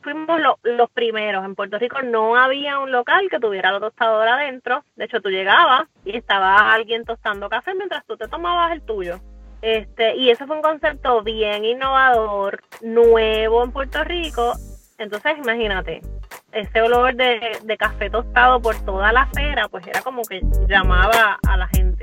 fuimos los primeros. En Puerto Rico no había un local que tuviera la tostadora adentro. De hecho, tú llegabas y estaba alguien tostando café mientras tú te tomabas el tuyo. Y eso fue un concepto bien innovador, nuevo en Puerto Rico. Entonces, imagínate, ese olor de café tostado por toda la acera, pues era como que llamaba a la gente.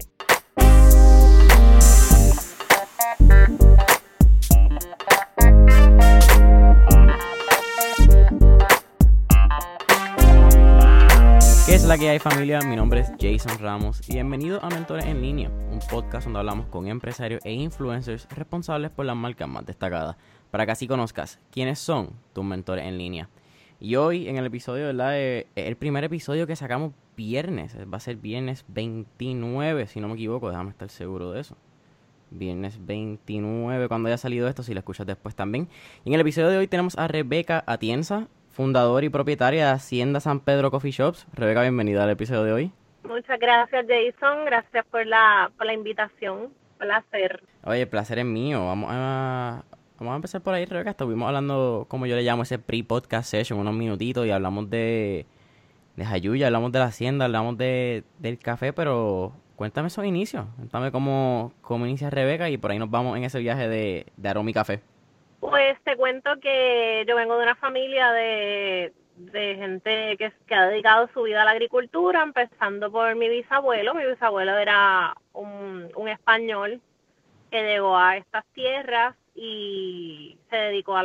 ¿Qué es la que hay, familia? Mi nombre es Jason Ramos y bienvenido a Mentores en Línea, un podcast donde hablamos con empresarios e influencers responsables por las marcas más destacadas, para que así conozcas quiénes son tus mentores en línea. Y hoy en el episodio, ¿verdad? El primer episodio que sacamos viernes, va a ser viernes 29, si no me equivoco, déjame estar seguro de eso. Viernes 29, cuando haya salido esto, si lo escuchas después también. Y en el episodio de hoy tenemos a Rebeca Atienza, fundadora y propietaria de Hacienda San Pedro Coffee Shops. Rebeca, bienvenida al episodio de hoy. Muchas gracias, Jason. Gracias por la invitación. Placer. Oye, el placer es mío. Vamos a empezar por ahí, Rebeca. Estuvimos hablando, como yo le llamo, ese pre-podcast session, unos minutitos, y hablamos de Jayuya, hablamos de la Hacienda, hablamos del café, pero cuéntame esos inicios. Cuéntame cómo inicia Rebeca y por ahí nos vamos en ese viaje de Aroma y Café. Pues te cuento que yo vengo de una familia de gente que ha dedicado su vida a la agricultura, empezando por mi bisabuelo. Mi bisabuelo era un español que llegó a estas tierras y se dedicó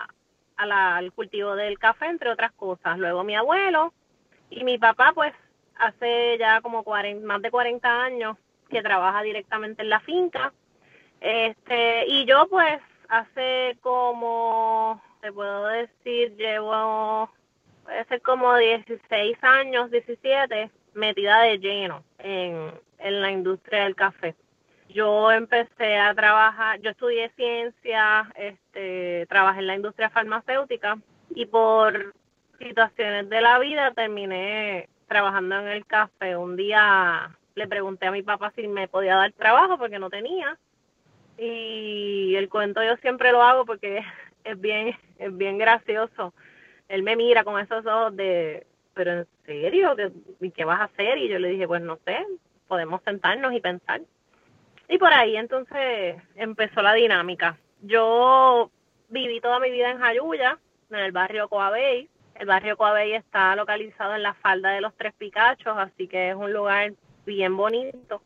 al cultivo del café, entre otras cosas. Luego mi abuelo y mi papá, pues hace ya como más de 40 años que trabaja directamente en la finca. Y yo pues hace como, te puedo decir, puede ser como 16 años, 17, metida de lleno en la industria del café. Yo empecé a trabajar, yo estudié ciencia, trabajé en la industria farmacéutica y por situaciones de la vida terminé trabajando en el café. Un día le pregunté a mi papá si me podía dar trabajo porque no tenía. Y el cuento yo siempre lo hago porque es bien gracioso. Él me mira con esos ojos pero ¿en serio? ¿Qué vas a hacer? Y yo le dije, pues no sé, podemos sentarnos y pensar. Y por ahí entonces empezó la dinámica. Yo viví toda mi vida en Jayuya, en el barrio Coabey. El barrio Coabey está localizado en la falda de los Tres Picachos, así que es un lugar bien bonito.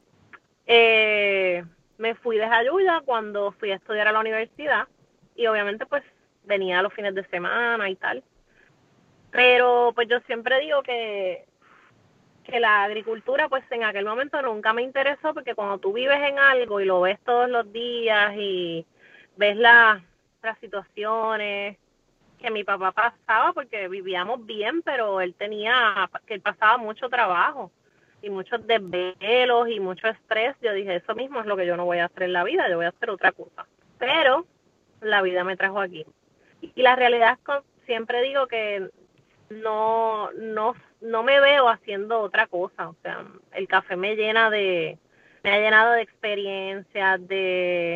Me fui de Jayuya cuando fui a estudiar a la universidad y obviamente pues venía los fines de semana y tal. Pero pues yo siempre digo que la agricultura pues en aquel momento nunca me interesó, porque cuando tú vives en algo y lo ves todos los días y ves las situaciones que mi papá pasaba, porque vivíamos bien, pero él pasaba mucho trabajo y muchos desvelos y mucho estrés. Yo dije, eso mismo es lo que yo no voy a hacer en la vida, yo voy a hacer otra cosa. Pero la vida me trajo aquí. Y la realidad es que siempre digo que no me veo haciendo otra cosa. O sea, el café me ha llenado de experiencias, de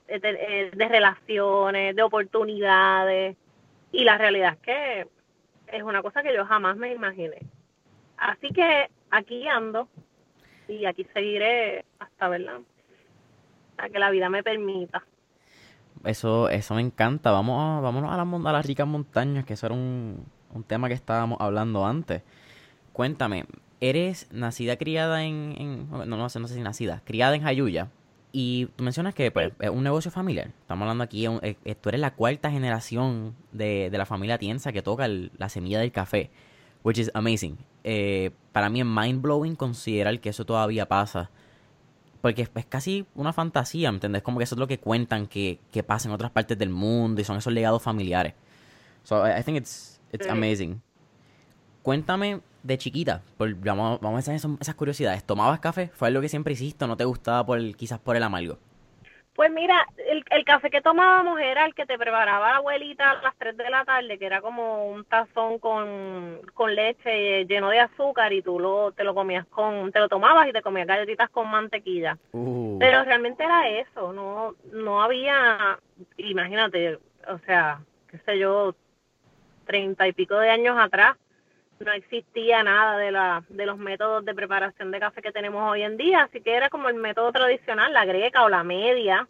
relaciones, de oportunidades. Y la realidad es que es una cosa que yo jamás me imaginé. Así que aquí ando y aquí seguiré hasta, ¿verdad?, a que la vida me permita. Eso me encanta. Vámonos a las ricas montañas, que eso era un tema que estábamos hablando antes. Cuéntame, ¿eres criada no sé si nacida, criada en Jayuya? Y tú mencionas que pues, es un negocio familiar. Estamos hablando aquí, tú eres la cuarta generación de la familia Atienza que toca la semilla del café, which is amazing. Para mí es mind-blowing considerar que eso todavía pasa, porque es casi una fantasía, ¿me entiendes? Como que eso es lo que cuentan que pasa en otras partes del mundo y son esos legados familiares. So I think it's amazing. Cuéntame de chiquita, vamos a hacer esas curiosidades. ¿Tomabas café? ¿Fue algo que siempre hiciste o no te gustaba quizás por el amargo? Pues mira, el café que tomábamos era el que te preparaba la abuelita a las 3 de la tarde, que era como un tazón con leche lleno de azúcar, y tú te lo tomabas y te comías galletitas con mantequilla. Pero realmente era eso, no había, imagínate, o sea, qué sé yo, 30 y pico de años atrás no existía nada de los métodos de preparación de café que tenemos hoy en día, así que era como el método tradicional, la greca o la media.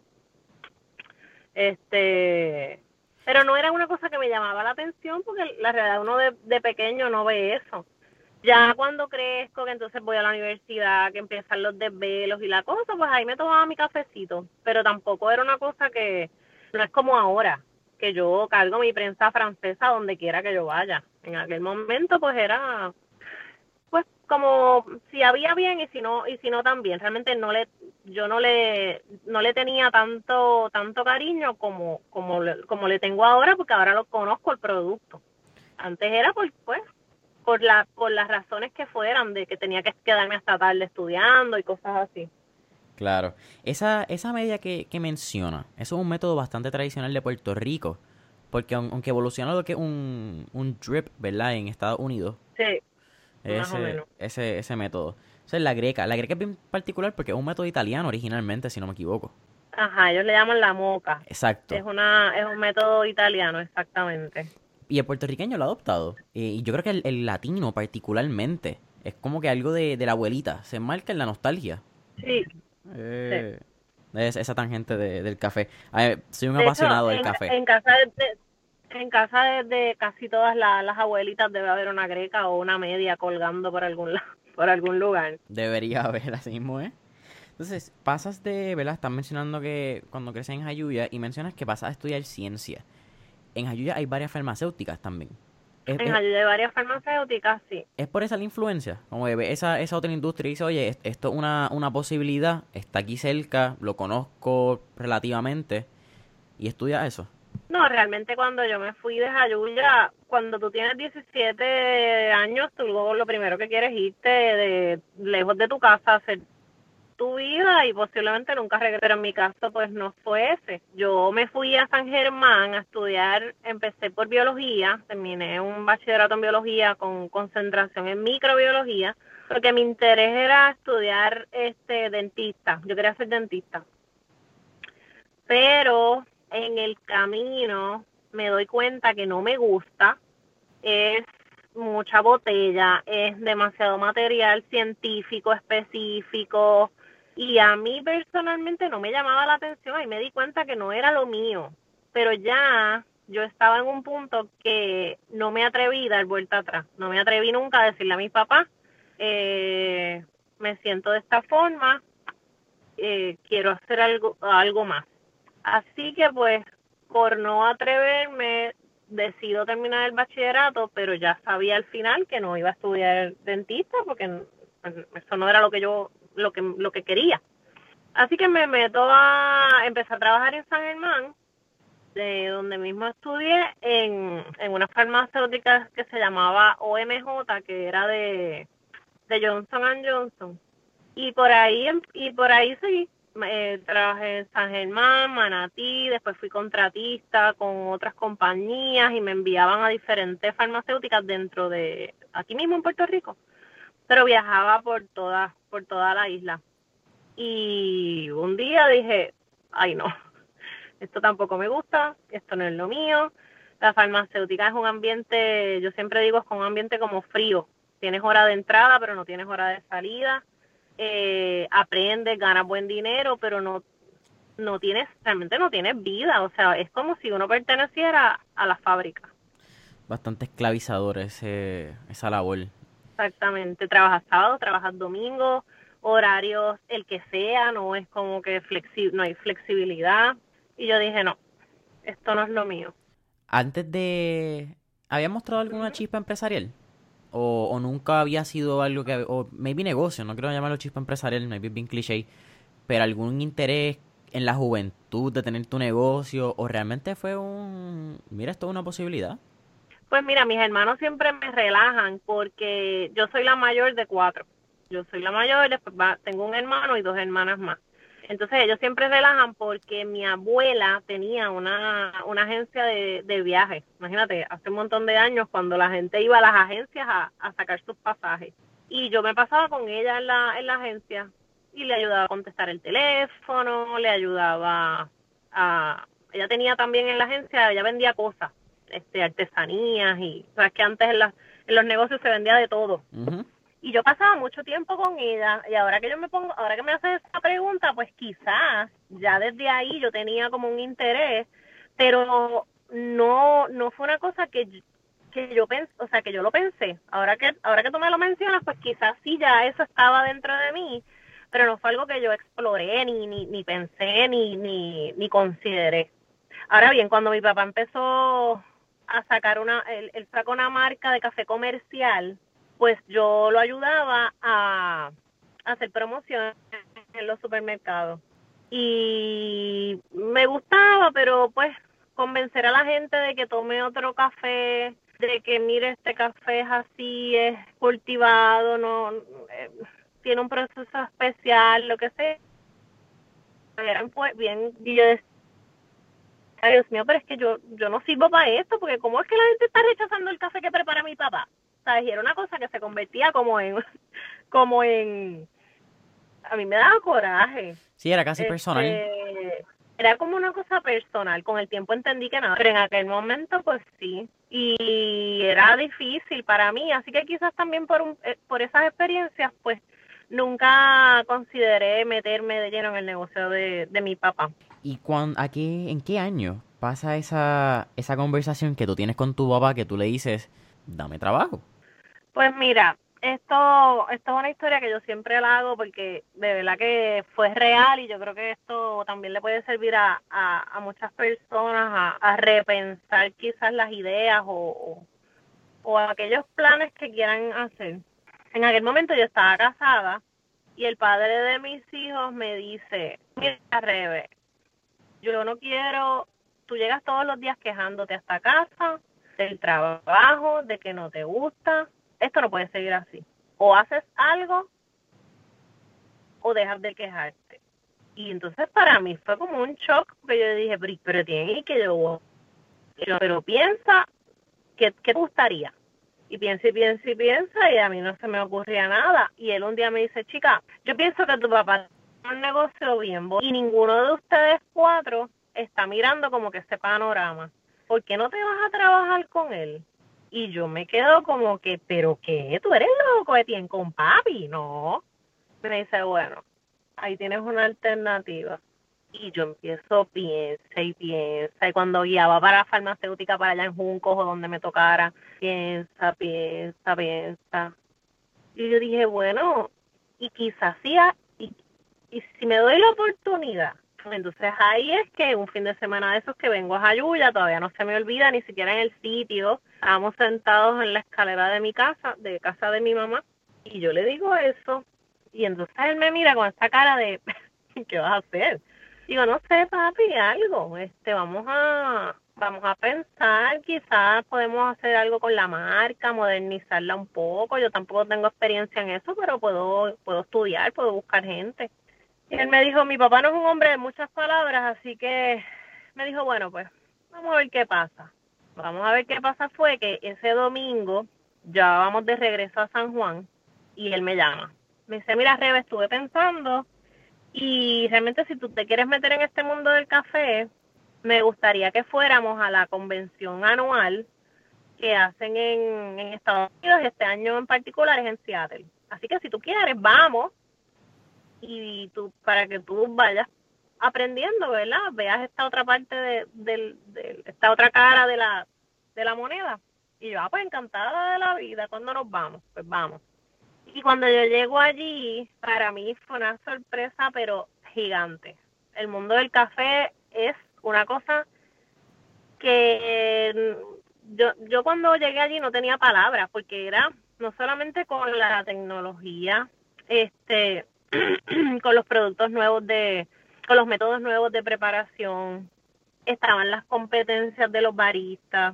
Pero no era una cosa que me llamaba la atención porque la realidad uno de pequeño no ve eso. Ya cuando crezco, que entonces voy a la universidad, que empiezan los desvelos y la cosa, pues ahí me tomaba mi cafecito, pero tampoco era una cosa que, no es como ahora, que yo cargo mi prensa francesa donde quiera que yo vaya. En aquel momento pues era pues como si había bien y si no también. Realmente yo no le tenía tanto cariño como le tengo ahora, porque ahora lo conozco el producto. Antes era por las razones que fueran, de que tenía que quedarme hasta tarde estudiando y cosas así. Claro. Esa media que menciona, eso es un método bastante tradicional de Puerto Rico. Porque aunque evoluciona lo que es un drip, ¿verdad? En Estados Unidos, Sí, más o menos. ese método. O sea, la greca. La greca es bien particular porque es un método italiano originalmente, si no me equivoco. Ajá, ellos le llaman la moca. Exacto. Es un método italiano, exactamente. Y el puertorriqueño lo ha adoptado. Y yo creo que el latino particularmente es como que algo de la abuelita. Se marca en la nostalgia. Sí, sí. Eh, es esa tangente del café. A ver, soy un De hecho, apasionado del café. en casa de casi todas las abuelitas debe haber una greca o una media colgando por por algún lugar. Debería haber así mismo, ¿eh? Entonces, pasas de, ¿verdad? Estás mencionando que cuando creces en Jayuya y mencionas que pasas a estudiar ciencia. En Jayuya hay varias farmacéuticas también. ¿Es, En es, ayuda de varias farmacéuticas, sí. es por esa la influencia? Como que ve esa otra industria y dice, oye, esto es una posibilidad, está aquí cerca, lo conozco relativamente, y estudia eso. No, realmente cuando yo me fui de Jayuya, cuando tú tienes 17 años, tú lo primero que quieres es irte de lejos de tu casa, hacer tu vida y posiblemente nunca regresar. Pero en mi caso, pues no fue ese. Yo me fui a San Germán a estudiar, empecé por biología, terminé un bachillerato en biología con concentración en microbiología, porque mi interés era estudiar dentista. Yo quería ser dentista. Pero en el camino me doy cuenta que no me gusta, es mucha botella, es demasiado material científico específico y a mí personalmente no me llamaba la atención y me di cuenta que no era lo mío, pero ya yo estaba en un punto que no me atreví a dar vuelta atrás, no me atreví nunca a decirle a mi papá, me siento de esta forma, quiero hacer algo más. Así que pues por no atreverme decido terminar el bachillerato, pero ya sabía al final que no iba a estudiar dentista porque eso no era lo que quería. Así que me meto empecé a trabajar en San Germán, de donde mismo estudié en una farmacéutica que se llamaba OMJ, que era de Johnson & Johnson. Y por ahí seguí. Trabajé en San Germán, Manatí, después fui contratista con otras compañías y me enviaban a diferentes farmacéuticas dentro de aquí mismo en Puerto Rico, pero viajaba por toda la isla. Y un día dije, ay no, esto tampoco me gusta, esto no es lo mío. La farmacéutica es un ambiente, yo siempre digo, es como un ambiente como frío. Tienes hora de entrada, pero no tienes hora de salida. Aprendes, ganas buen dinero, pero realmente no tienes vida. O sea, es como si uno perteneciera a la fábrica. Bastante esclavizador esa labor. Exactamente. Trabajas sábado, trabajas domingo, horarios, el que sea, no es como que no hay flexibilidad. Y yo dije, no, esto no es lo mío. Antes de... ¿Había mostrado alguna chispa empresarial? O nunca había sido algo que... O maybe negocio, no quiero llamarlo chispa empresarial, maybe es bien cliché. Pero algún interés en la juventud de tener tu negocio. O realmente fue mira, esto es una posibilidad. Pues mira, mis hermanos siempre me relajan porque yo soy la mayor de 4. Yo soy la mayor, después tengo un hermano y 2 hermanas más. Entonces ellos siempre relajan porque mi abuela tenía una agencia de viajes. Imagínate, hace un montón de años cuando la gente iba a las agencias a sacar sus pasajes. Y yo me pasaba con ella en la agencia y le ayudaba a contestar el teléfono, le ayudaba a... Ella tenía también en la agencia, ella vendía cosas. artesanías y sabes que antes en los negocios se vendía de todo. Ujú. Y yo pasaba mucho tiempo con ella y ahora que ahora que me haces esa pregunta, pues quizás ya desde ahí yo tenía como un interés, pero no fue una cosa que yo pensé, o sea, que yo lo pensé. Ahora que tú me lo mencionas, pues quizás sí ya eso estaba dentro de mí, pero no fue algo que yo exploré ni pensé ni consideré. Ahora bien, cuando mi papá empezó a sacar él sacó una marca de café comercial, pues yo lo ayudaba a hacer promociones en los supermercados. Y me gustaba, pero pues convencer a la gente de que tome otro café, de que mire, este café es así, es cultivado, no tiene un proceso especial, lo que sea. Eran pues bien, y yo decía, ay, Dios mío, pero es que yo no sirvo para esto, porque ¿cómo es que la gente está rechazando el café que prepara mi papá? ¿Sabes? Y era una cosa que se convertía como en, a mí me daba coraje. Sí, era casi personal. Era como una cosa personal. Con el tiempo entendí que nada, pero en aquel momento, pues sí. Y era difícil para mí, así que quizás también por esas experiencias, pues nunca consideré meterme de lleno en el negocio de mi papá. ¿Y en qué año pasa esa conversación que tú tienes con tu papá que tú le dices, dame trabajo? Pues mira, esto es una historia que yo siempre la hago porque de verdad que fue real y yo creo que esto también le puede servir a muchas personas a repensar quizás las ideas o aquellos planes que quieran hacer. En aquel momento yo estaba casada y el padre de mis hijos me dice, mira, Rebe, yo no quiero, tú llegas todos los días quejándote hasta casa, del trabajo, de que no te gusta, esto no puede seguir así. O haces algo o dejas de quejarte. Y entonces para mí fue como un shock, porque yo dije, pero tiene que pero piensa, ¿qué te gustaría? Y piensa y piensa y piensa y a mí no se me ocurría nada. Y él un día me dice, chica, yo pienso que tu papá tiene un negocio bien bonito y ninguno de ustedes cuatro está mirando como que ese panorama. ¿Por qué no te vas a trabajar con él? Y yo me quedo como que, ¿pero qué? ¿Tú eres loco de tiempo con papi? No. Me dice, bueno, ahí tienes una alternativa. Y yo empiezo, piensa y piensa. Y cuando guiaba para la farmacéutica, para allá en Juncos o donde me tocara, piensa, piensa, piensa. Y yo dije, bueno, y quizás sí, y si me doy la oportunidad. Entonces ahí es que un fin de semana de esos que vengo a Jayuya, todavía no se me olvida, ni siquiera en el sitio. Estábamos sentados en la escalera de mi casa, de casa de mi mamá, y yo le digo eso. Y entonces él me mira con esta cara de, ¿qué vas a hacer? Digo, no sé, papi, algo. Vamos a pensar, quizás podemos hacer algo con la marca, modernizarla un poco. Yo tampoco tengo experiencia en eso, pero puedo estudiar, puedo buscar gente. Y él me dijo, mi papá no es un hombre de muchas palabras, así que me dijo, bueno, pues vamos a ver qué pasa. Vamos a ver qué pasa fue que ese domingo ya vamos de regreso a San Juan y él me llama. Me dice, mira, Rebe, estuve pensando y realmente si tú te quieres meter en este mundo del café, me gustaría que fuéramos a la convención anual que hacen en Estados Unidos, este año en particular es en Seattle. Así que si tú quieres, vamos y tú para que tú vayas aprendiendo, ¿verdad? Veas esta otra parte esta otra cara de la moneda. Y yo, pues encantada de la vida, ¿cuándo nos vamos? Pues vamos. Y cuando yo llego allí, para mí fue una sorpresa, pero gigante. El mundo del café es una cosa que yo cuando llegué allí no tenía palabras, porque era no solamente con la tecnología, con los productos nuevos con los métodos nuevos de preparación, estaban las competencias de los baristas,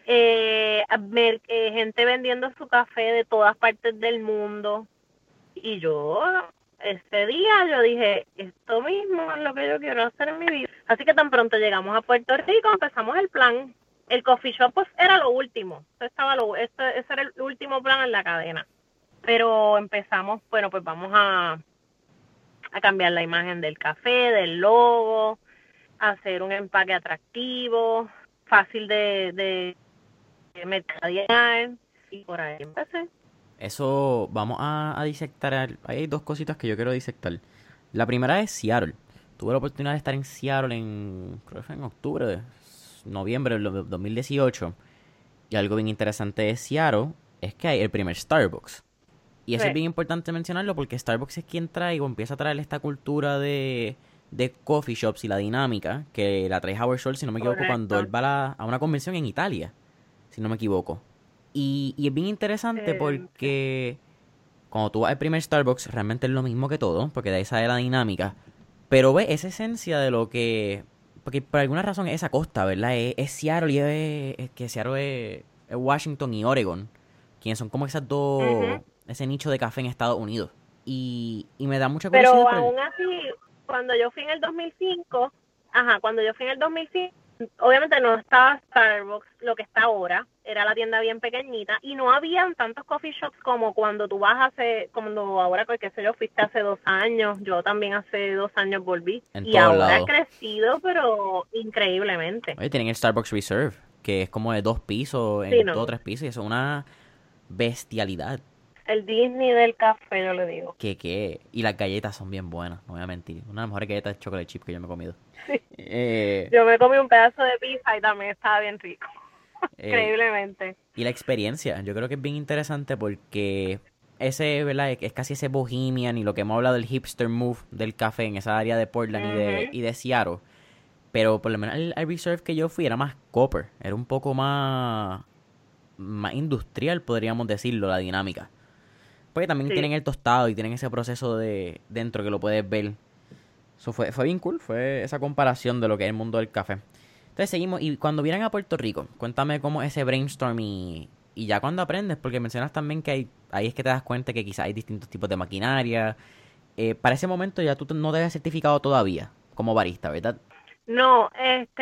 gente vendiendo su café de todas partes del mundo. Y yo, ese día, yo dije, esto mismo es lo que yo quiero hacer en mi vida. Así que tan pronto llegamos a Puerto Rico, empezamos el plan. El coffee shop pues era lo último. Ese era el último plan en la cadena. Pero empezamos, bueno, pues vamos a cambiar la imagen del café, del logo, hacer un empaque atractivo, fácil de mercadear, y por ahí empecé. Eso, vamos a disectar. Hay dos cositas que yo quiero disectar. La primera es Seattle. Tuve la oportunidad de estar en Seattle creo que fue en octubre, noviembre del 2018. Y algo bien interesante de Seattle es que hay el primer Starbucks. Y eso es bien importante mencionarlo porque Starbucks es quien trae o empieza a traer esta cultura de coffee shops y la dinámica que la trae Howard Schultz, si no me equivoco, cuando él va a una convención en Italia, si no me equivoco. Y es bien interesante porque cuando tú vas al primer Starbucks realmente es lo mismo que todo, porque de ahí sale la dinámica. Pero ves esa esencia de lo que... Porque por alguna razón es esa costa, ¿verdad? Es Seattle y es que Seattle es Washington y Oregon, quienes son como esas dos... Ese nicho de café en Estados Unidos. Y me da mucha curiosidad. Pero aún así, cuando yo fui en el 2005, obviamente no estaba Starbucks, lo que está ahora, era la tienda bien pequeñita, y no habían tantos coffee shops como cuando tú vas como ahora, qué sé yo, fuiste hace 2 años, yo también hace 2 años volví, y ahora ha crecido, pero increíblemente. Oye, tienen el Starbucks Reserve, que es como de 2 pisos, en 2 o 3 pisos, y eso es una bestialidad. El Disney del café, yo le digo. Y las galletas son bien buenas, no voy a mentir. Una de las mejores galletas de chocolate chip que yo me he comido. Sí. Yo me comí un pedazo de pizza y también estaba bien rico. Increíblemente. Y la experiencia, yo creo que es bien interesante porque ese, ¿verdad? Es casi ese bohemian y lo que hemos hablado del hipster move del café en esa área de Portland y de Seattle. Pero por lo menos el Reserve que yo fui era más copper, era un poco más industrial, podríamos decirlo, la dinámica. Porque también tienen el tostado y tienen ese proceso de dentro que lo puedes ver. Eso fue bien cool, fue esa comparación de lo que es el mundo del café. Entonces seguimos, y cuando vienen a Puerto Rico, cuéntame cómo es ese brainstorm y ya cuando aprendes, porque mencionas también que ahí es que te das cuenta que quizás hay distintos tipos de maquinaria. Para ese momento ya tú no te habías certificado todavía como barista, ¿verdad? No,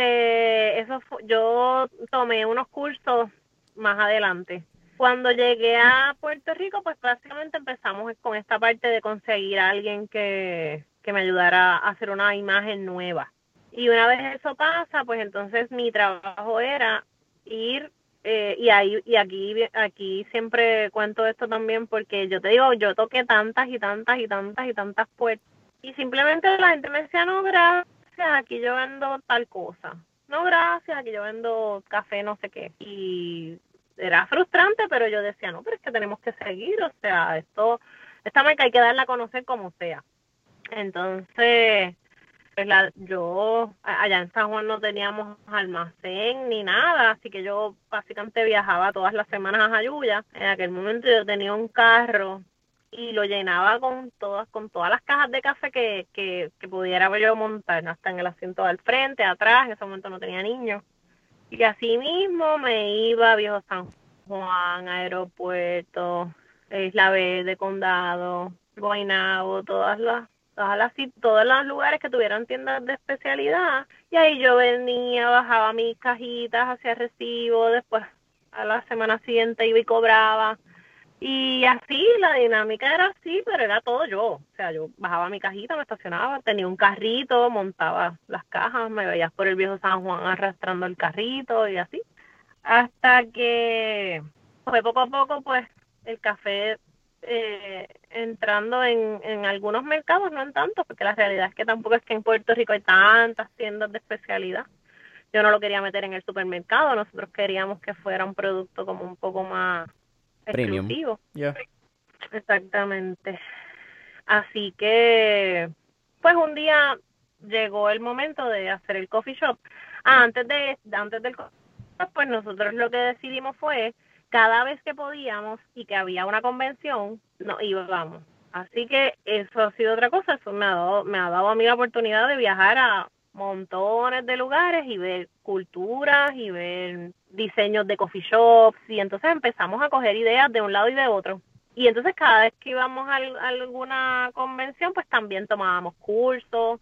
yo tomé unos cursos más adelante. Cuando llegué a Puerto Rico, pues básicamente empezamos con esta parte de conseguir a alguien que me ayudara a hacer una imagen nueva. Y una vez eso pasa, pues entonces mi trabajo era ir, y aquí siempre cuento esto también porque yo te digo, yo toqué tantas y tantas y tantas y tantas puertas. Y simplemente la gente me decía, no, gracias, aquí yo vendo tal cosa. No, gracias, aquí yo vendo café, no sé qué. Y era frustrante, pero yo decía, no, pero es que tenemos que seguir, o sea, esta marca hay que darla a conocer como sea. Entonces, pues yo allá en San Juan no teníamos almacén ni nada, así que yo básicamente viajaba todas las semanas a Jayuya. En aquel momento yo tenía un carro y lo llenaba con todas las cajas de café que pudiera yo montar, hasta en el asiento del frente, atrás, en ese momento no tenía niños. Y así mismo me iba a Viejo San Juan, Aeropuerto, Isla Verde, Condado, Guaynabo, todos los lugares que tuvieran tiendas de especialidad. Y ahí yo venía, bajaba mis cajitas, hacía recibo, después a la semana siguiente iba y cobraba. Y así, la dinámica era así, pero era todo yo. O sea, yo bajaba mi cajita, me estacionaba, tenía un carrito, montaba las cajas, me veías por el Viejo San Juan arrastrando el carrito y así. Hasta que fue poco a poco, pues, el café entrando en algunos mercados, no en tantos, porque la realidad es que tampoco es que en Puerto Rico hay tantas tiendas de especialidad. Yo no lo quería meter en el supermercado, nosotros queríamos que fuera un producto como un poco más exclusivo. Yeah. Exactamente. Así que, pues un día llegó el momento de hacer el coffee shop. Antes del coffee shop, pues nosotros lo que decidimos fue, cada vez que podíamos y que había una convención, nos íbamos. Así que eso ha sido otra cosa, eso me ha dado a mí la oportunidad de viajar a montones de lugares y ver culturas y ver diseños de coffee shops, y entonces empezamos a coger ideas de un lado y de otro. Y entonces cada vez que íbamos a alguna convención, pues también tomábamos cursos.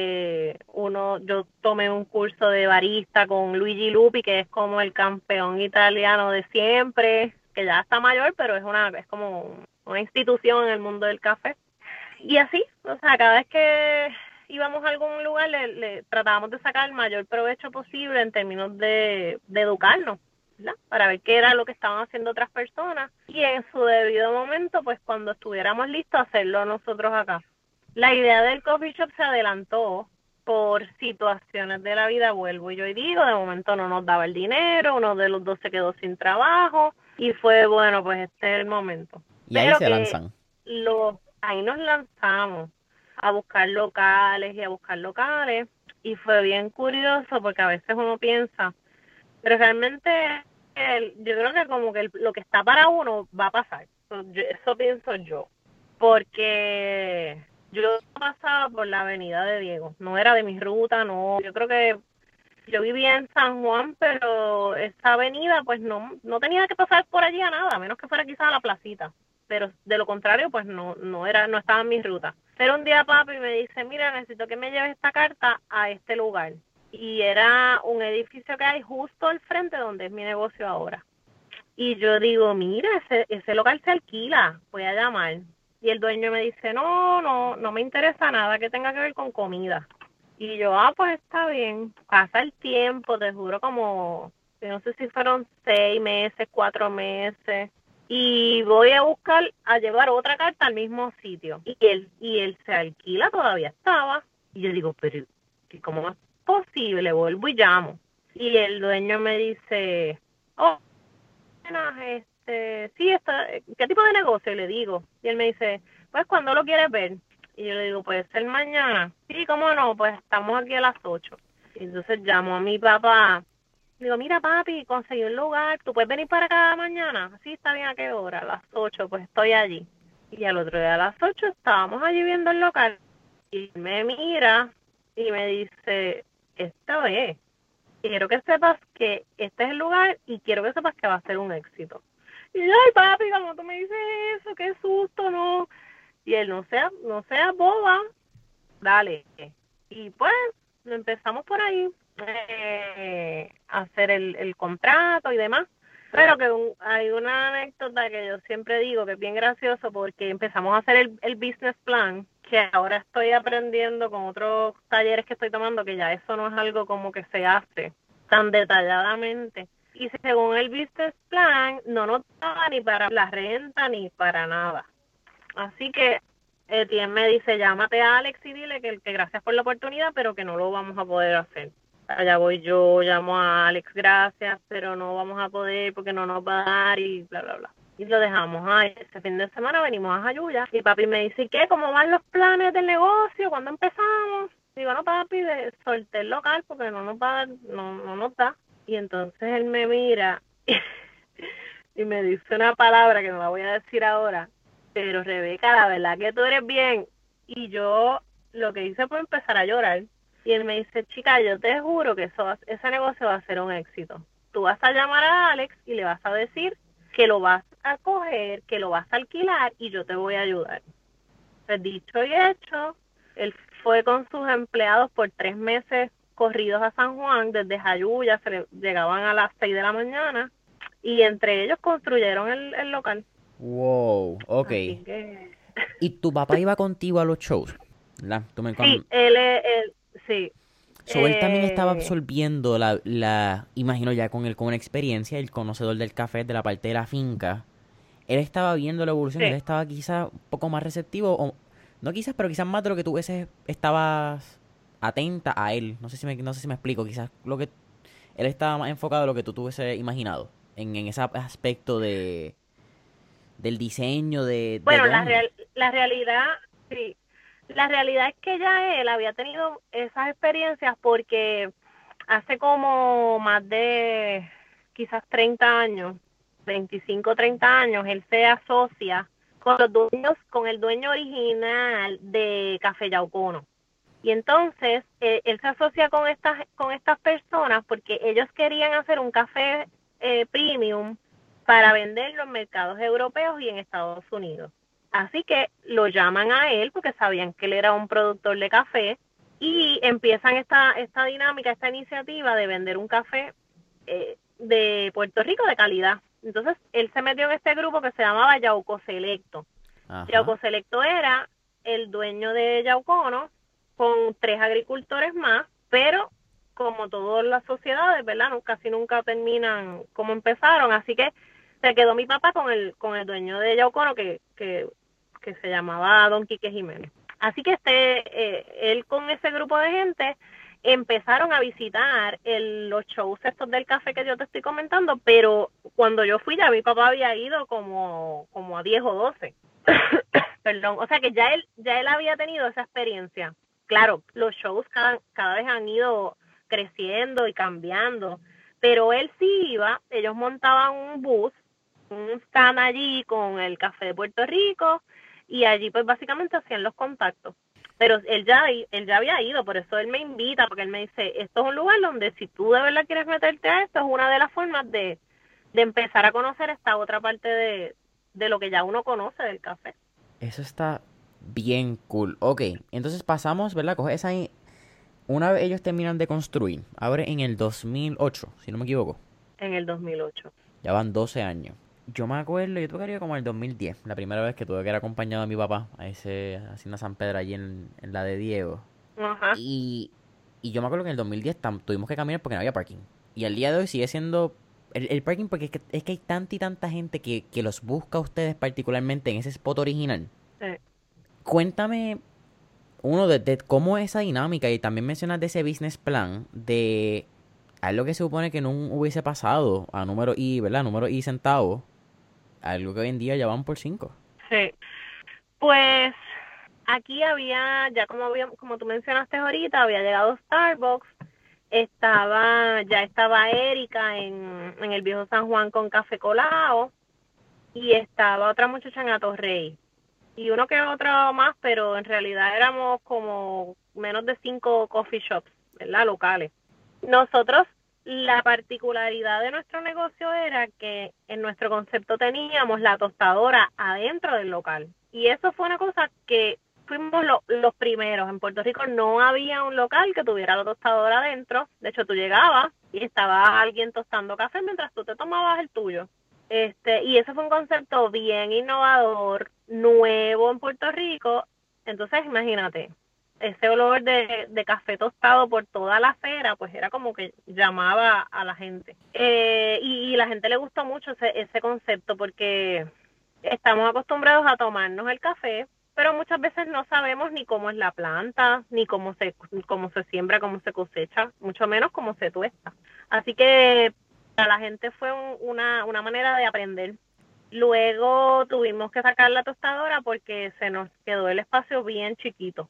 Yo tomé un curso de barista con Luigi Lupi, que es como el campeón italiano de siempre, que ya está mayor, pero es como una institución en el mundo del café. Y así, o sea, cada vez íbamos a algún lugar, le tratábamos de sacar el mayor provecho posible en términos de educarnos, ¿verdad? Para ver qué era lo que estaban haciendo otras personas y en su debido momento, pues cuando estuviéramos listos, hacerlo nosotros acá. La idea del coffee shop se adelantó por situaciones de la vida, vuelvo y yo digo, de momento no nos daba el dinero, uno de los dos se quedó sin trabajo y fue, bueno, pues este es el momento. Y ahí Pero se que lanzan. ahí nos lanzamos a buscar locales y a buscar locales y fue bien curioso porque a veces uno piensa, pero realmente yo creo que como que lo que está para uno va a pasar. Eso pienso yo. Porque yo pasaba por la avenida de Diego. No era de mi ruta, no. Yo creo que yo vivía en San Juan, pero esa avenida pues no tenía que pasar por allí a nada, a menos que fuera quizás a la placita. Pero de lo contrario, pues no estaba en mi ruta. Pero un día papi me dice, mira, necesito que me lleves esta carta a este lugar. Y era un edificio que hay justo al frente donde es mi negocio ahora. Y yo digo, mira, ese local se alquila, voy a llamar. Y el dueño me dice, no me interesa nada que tenga que ver con comida. Y yo, pues está bien. Pasa el tiempo, te juro como, yo no sé si fueron 6 meses, 4 meses. Y voy a llevar otra carta al mismo sitio. Y él se alquila, todavía estaba. Y yo digo, pero ¿cómo es posible? Vuelvo y llamo. Y el dueño me dice, oh, sí, ¿qué tipo de negocio? Y le digo. Y él me dice, pues, ¿cuándo lo quieres ver? Y yo le digo, puede ser mañana. Sí, ¿cómo no? Pues estamos aquí a las 8. Y entonces llamo a mi papá. Digo, mira, papi, conseguí un lugar. ¿Tú puedes venir para acá mañana? Sí, está bien, ¿a qué hora? A las 8, pues estoy allí. Y al otro día a las 8 estábamos allí viendo el local. Y me mira y me dice, esta vez, quiero que sepas que este es el lugar y quiero que sepas que va a ser un éxito. Y yo, ay, papi, ¿cómo tú me dices eso? Qué susto, ¿no? Y él, no sea boba, dale. Y pues empezamos por ahí a hacer el contrato y demás. Pero que hay una anécdota que yo siempre digo que es bien gracioso porque empezamos a hacer el business plan, que ahora estoy aprendiendo con otros talleres que estoy tomando, que ya eso no es algo como que se hace tan detalladamente. Y según el business plan, no nos daba ni para la renta ni para nada. Así que Etienne me dice, llámate a Alex y dile que gracias por la oportunidad, pero que no lo vamos a poder hacer. Allá voy yo, llamo a Alex, gracias, pero no vamos a poder porque no nos va a dar y bla, bla, bla. Y lo dejamos. Ese fin de semana venimos a Jayuya y papi me dice, ¿y qué? ¿Cómo van los planes del negocio? ¿Cuándo empezamos? Digo, no, papi, solté el local porque no nos va a dar, no nos da. Y entonces él me mira y me dice una palabra que no la voy a decir ahora, pero Rebeca, la verdad que tú eres bien. Y yo lo que hice fue empezar a llorar. Y él me dice, chica, yo te juro que ese negocio va a ser un éxito. Tú vas a llamar a Alex y le vas a decir que lo vas a coger, que lo vas a alquilar y yo te voy a ayudar. Pues dicho y hecho, él fue con sus empleados por 3 meses corridos a San Juan, desde Jayuya, llegaban a las 6 de la mañana y entre ellos construyeron el local. Wow, ok. Así que... ¿Y tu papá iba contigo a los shows? ¿Verdad? Sí, sí. So, él también estaba absorbiendo imagino ya con una experiencia, el conocedor del café, de la parte de la finca. Él estaba viendo la evolución, Sí. él estaba quizás un poco más receptivo, o no quizás, pero quizás más de lo que tú estabas atenta a él. No sé si me explico, quizás él estaba más enfocado en lo que tú hubiese imaginado, en ese aspecto del diseño, de Bueno, dónde. la realidad, sí. La realidad es que ya él había tenido esas experiencias porque hace como más de quizás 30 años, 25, 30 años, él se asocia con el dueño original de Café Yaucono. Y entonces él se asocia con estas personas porque ellos querían hacer un café premium para venderlo en mercados europeos y en Estados Unidos. Así que lo llaman a él porque sabían que él era un productor de café y empiezan esta dinámica, esta iniciativa de vender un café de Puerto Rico de calidad. Entonces él se metió en este grupo que se llamaba Yauco Selecto. Ajá. Yauco Selecto era el dueño de Yaucono con 3 agricultores más, pero como todas las sociedades, ¿verdad? Casi nunca terminan como empezaron, así que se quedó mi papá con el dueño de Yaucono que se llamaba Don Quique Jiménez. Así que él con ese grupo de gente empezaron a visitar los shows estos del café que yo te estoy comentando, pero cuando yo fui ya mi papá había ido como a 10 o 12. Perdón, o sea que ya él había tenido esa experiencia. Claro, los shows cada vez han ido creciendo y cambiando, pero él sí iba, ellos montaban un bus, un stand allí con el café de Puerto Rico y allí pues básicamente hacían los contactos. Pero él ya había ido, por eso él me invita, porque él me dice, esto es un lugar donde si tú de verdad quieres meterte a esto, es una de las formas de empezar a conocer esta otra parte de lo que ya uno conoce del café. Eso está bien cool. Ok, entonces pasamos, ¿verdad? Coge esa ahí. Una vez ellos terminan de construir, abre en el 2008, si no me equivoco. En el 2008. Ya van 12 años. Yo me acuerdo, yo tuve que ir como en el 2010, la primera vez que tuve que ir acompañado de mi papá a ese Hacienda San Pedro allí en la de Diego. Ajá. Y yo me acuerdo que en el 2010 tuvimos que caminar porque no había parking. Y al día de hoy sigue siendo el parking porque es que hay tanta y tanta gente que los busca a ustedes particularmente en ese spot original. Sí. Cuéntame uno de cómo es esa dinámica y también mencionas de ese business plan de algo que se supone que no hubiese pasado a número I, ¿verdad? Número I centavos. Algo que hoy en día ya van por 5. Sí. Pues aquí había, ya como tú mencionaste ahorita, había llegado Starbucks, ya estaba Erika en el viejo San Juan con Café Colao y estaba otra muchacha en Atorrey y uno que otro más, pero en realidad éramos como menos de 5 coffee shops, ¿verdad? Locales. Nosotros, la particularidad de nuestro negocio era que en nuestro concepto teníamos la tostadora adentro del local. Y eso fue una cosa que fuimos los primeros. En Puerto Rico no había un local que tuviera la tostadora adentro. De hecho, tú llegabas y estaba alguien tostando café mientras tú te tomabas el tuyo. Y eso fue un concepto bien innovador, nuevo en Puerto Rico. Entonces, imagínate, ese olor de café tostado por toda la acera, pues era como que llamaba a la gente. Y la gente le gustó mucho ese concepto porque estamos acostumbrados a tomarnos el café, pero muchas veces no sabemos ni cómo es la planta, ni cómo se siembra, cómo se cosecha, mucho menos cómo se tuesta. Así que para la gente fue una manera de aprender. Luego tuvimos que sacar la tostadora porque se nos quedó el espacio bien chiquito.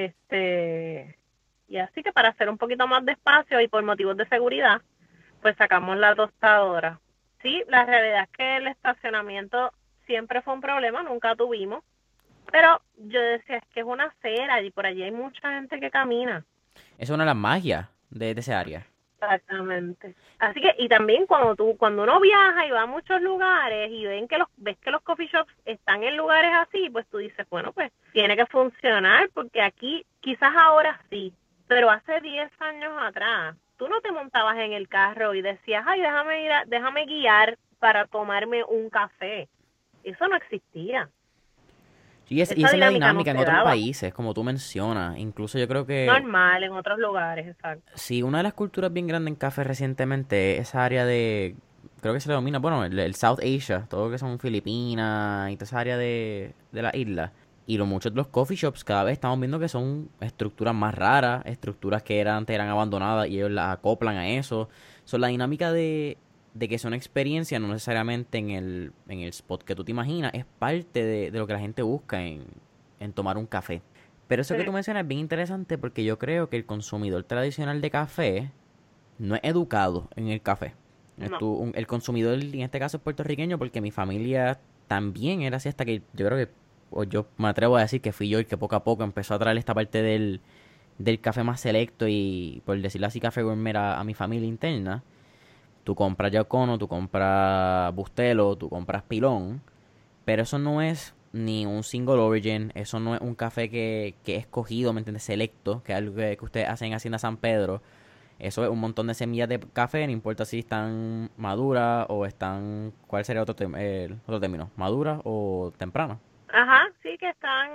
Y así que para hacer un poquito más de espacio y por motivos de seguridad, pues sacamos la tostadora. Sí, la realidad es que el estacionamiento siempre fue un problema, nunca tuvimos, pero yo decía, es que es una acera y por allí hay mucha gente que camina. Esa es una de las magias de ese área. Exactamente. Así que, y también cuando uno viaja y va a muchos lugares y ves que los coffee shops están en lugares así, pues tú dices, bueno, pues tiene que funcionar porque aquí quizás ahora sí, pero hace 10 años atrás tú no te montabas en el carro y decías, ay, déjame guiar para tomarme un café. Eso no existía. Sí, y esa es la dinámica en otros países, como tú mencionas. Incluso yo creo que... Normal, en otros lugares, exacto. Sí, una de las culturas bien grandes en café recientemente es esa área de... Creo que se le domina, bueno, el South Asia, todo lo que son Filipinas y toda esa área de la isla. Y muchos de los coffee shops cada vez estamos viendo que son estructuras más raras, estructuras que antes eran abandonadas y ellos las acoplan a eso. Son la dinámica de que es una experiencia, no necesariamente en el spot que tú te imaginas, es parte de lo que la gente busca en tomar un café. Pero eso que tú mencionas es bien interesante porque yo creo que el consumidor tradicional de café no es educado en el café. No. El consumidor, en este caso, es puertorriqueño porque mi familia también era así hasta que yo creo que, o yo me atrevo a decir que fui yo el que poco a poco empezó a traer esta parte del café más selecto y, por decirlo así, café gourmet a mi familia interna. Tú compras Yaucono, tú compras Bustelo, tú compras Pilón, pero eso no es ni un single origin, eso no es un café que es escogido, ¿me entiendes? Selecto, que es algo que ustedes hacen en Hacienda San Pedro. Eso es un montón de semillas de café, no importa si están maduras o están... ¿Cuál sería otro término? ¿Maduras o tempranas? Ajá, sí que están,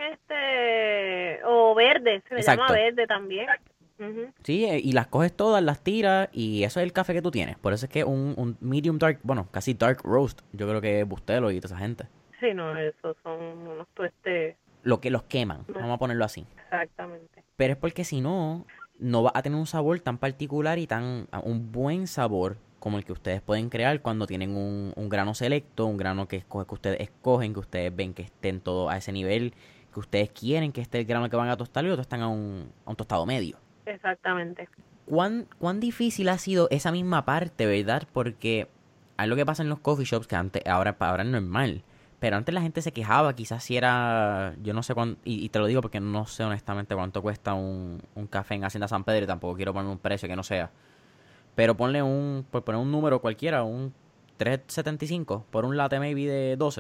o verde, se le llama Exacto. verde también. Ujú. Sí, y las coges todas, las tiras y eso es el café que tú tienes. Por eso es que un medium dark, bueno, casi dark roast, yo creo que es Bustelo y toda esa gente. Sí, no, esos son unos tuestes, Lo que los queman, no, vamos a ponerlo así. exactamente. Pero es porque si no, no va a tener un sabor tan particular y tan un buen sabor como el que ustedes pueden crear cuando tienen un grano selecto, un grano que ustedes escogen, que ustedes ven que estén todos a ese nivel, que ustedes quieren que esté el grano que van a tostar y otros están a un tostado medio. Exactamente. ¿Cuán difícil ha sido esa misma parte, verdad? Porque hay lo que pasa en los coffee shops que antes, ahora es normal. Pero antes la gente se quejaba, quizás si era, yo no sé cuánto, y te lo digo porque no sé honestamente cuánto cuesta un café en Hacienda San Pedro y tampoco quiero poner un precio que no sea. Pero ponle por poner un número cualquiera, un 3.75 por un latte maybe de 12.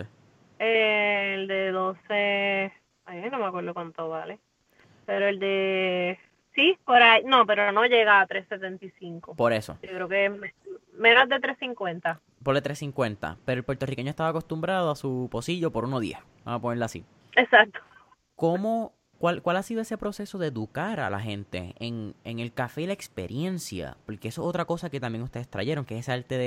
El de 12, ay, no me acuerdo cuánto vale. Pero el de, sí, por ahí, no, pero no llega a 3.75. Por eso. Yo creo que es menos de 3.50. Ponle 3.50. Pero el puertorriqueño estaba acostumbrado a su pocillo por 1.10. Vamos a ponerlo así. Exacto. ¿Cuál ha sido ese proceso de educar a la gente en el café y la experiencia? Porque eso es otra cosa que también ustedes trajeron, que es ese arte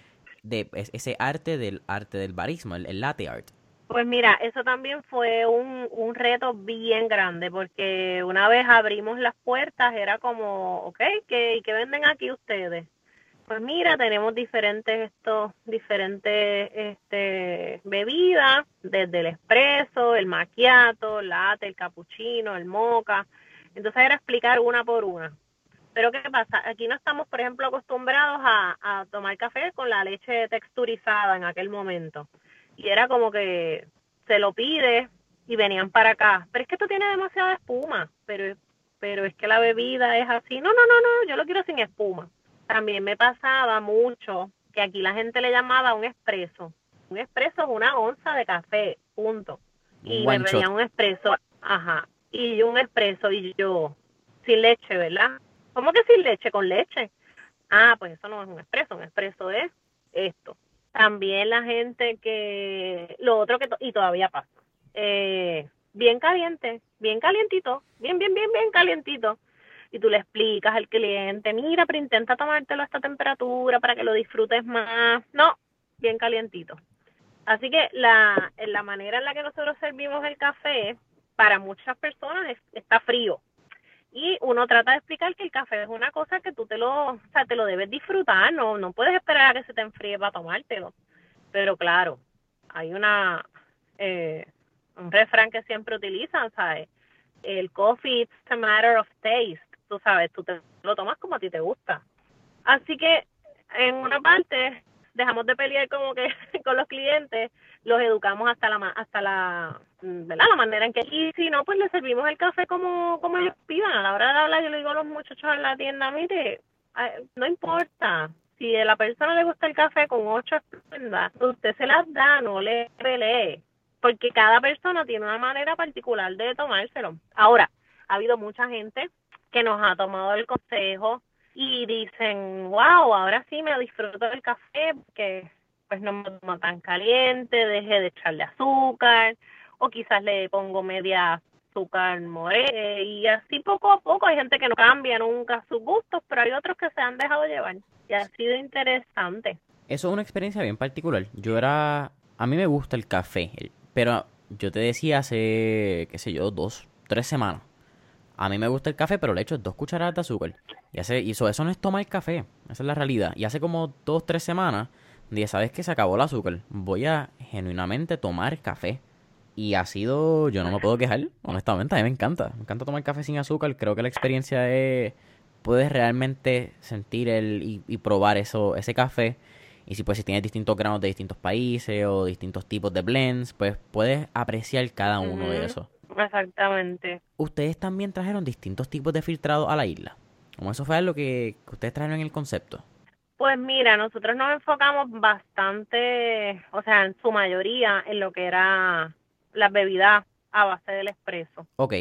ese arte del barismo, el latte art. Pues mira, eso también fue un reto bien grande, porque una vez abrimos las puertas era como, ok, ¿qué venden aquí ustedes? Pues mira, tenemos diferentes bebidas, desde el espresso, el macchiato, el latte, el cappuccino, el mocha. Entonces era explicar una por una. Pero ¿qué pasa? Aquí no estamos, por ejemplo, acostumbrados a tomar café con la leche texturizada en aquel momento. Y era como que se lo pide y venían para acá. Pero es que esto tiene demasiada espuma. Pero es que la bebida es así. No, no, no, no, yo lo quiero sin espuma. También me pasaba mucho que aquí la gente le llamaba un espresso. Un espresso es una onza de café, punto. Un Y me one shot. pedían un espresso, ajá. Y un espresso y yo, sin leche, ¿verdad? ¿Cómo que sin leche? Con leche. Ah, pues eso no es un espresso es esto. También la gente lo otro y todavía pasa, bien caliente, bien calientito, bien calientito. Y tú le explicas al cliente, mira, pero intenta tomártelo a esta temperatura para que lo disfrutes más. No, bien calientito. Así que la manera en la que nosotros servimos el café, para muchas personas está frío. Y uno trata de explicar que el café es una cosa que o sea, te lo debes disfrutar, no puedes esperar a que se te enfríe para tomártelo. Pero claro, hay eh, un refrán que siempre utilizan, ¿sabes? El coffee it's a matter of taste, tú sabes, tú te lo tomas como a ti te gusta. Así que en una parte dejamos de pelear como que con los clientes, los educamos ¿verdad? La manera en que, y si no, pues les servimos el café como ellos pidan. A la hora de hablar, yo le digo a los muchachos en la tienda, mire, no importa, si a la persona le gusta el café con 8 esplenda, usted se las da, no le pelee, porque cada persona tiene una manera particular de tomárselo. Ahora, ha habido mucha gente que nos ha tomado el consejo y dicen, wow, ahora sí me disfruto del café porque pues no me tomo tan caliente, dejé de echarle azúcar o quizás le pongo media azúcar morena y así poco a poco hay gente que no cambia nunca sus gustos, pero hay otros que se han dejado llevar y ha sido interesante. Eso es una experiencia bien particular. A mí me gusta el café, pero yo te decía hace, qué sé yo, 2, 3 semanas. A mí me gusta el café, pero le echo 2 cucharadas de azúcar. Y eso no es tomar café. Esa es la realidad. Y hace como 2, 3 semanas dije, ¿sabes qué? Se acabó el azúcar. Voy a genuinamente tomar café. Y ha sido, yo no me puedo quejar, honestamente, a mí me encanta. Me encanta tomar café sin azúcar. Creo que la experiencia es, puedes realmente sentir y probar ese café. Y si tienes distintos granos de distintos países o distintos tipos de blends, pues puedes apreciar cada uno de Uh-huh. esos. Exactamente. Ustedes también trajeron distintos tipos de filtrado a la isla. Como eso fue lo que ustedes trajeron en el concepto. Pues mira, nosotros nos enfocamos bastante, o sea, en su mayoría, en lo que era las bebidas a base del espresso. Ok,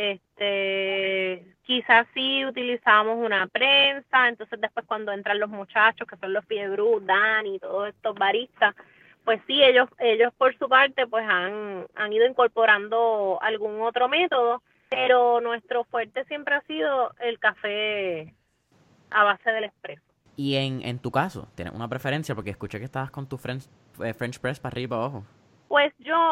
Quizás sí utilizamos una prensa, entonces después cuando entran los muchachos, que son los fiebrú, Dani, todos estos baristas, pues sí, ellos por su parte pues han ido incorporando algún otro método, pero nuestro fuerte siempre ha sido el café a base del espresso. Y en tu caso, ¿tienes una preferencia? Porque escuché que estabas con tu French press para arriba y para abajo. Pues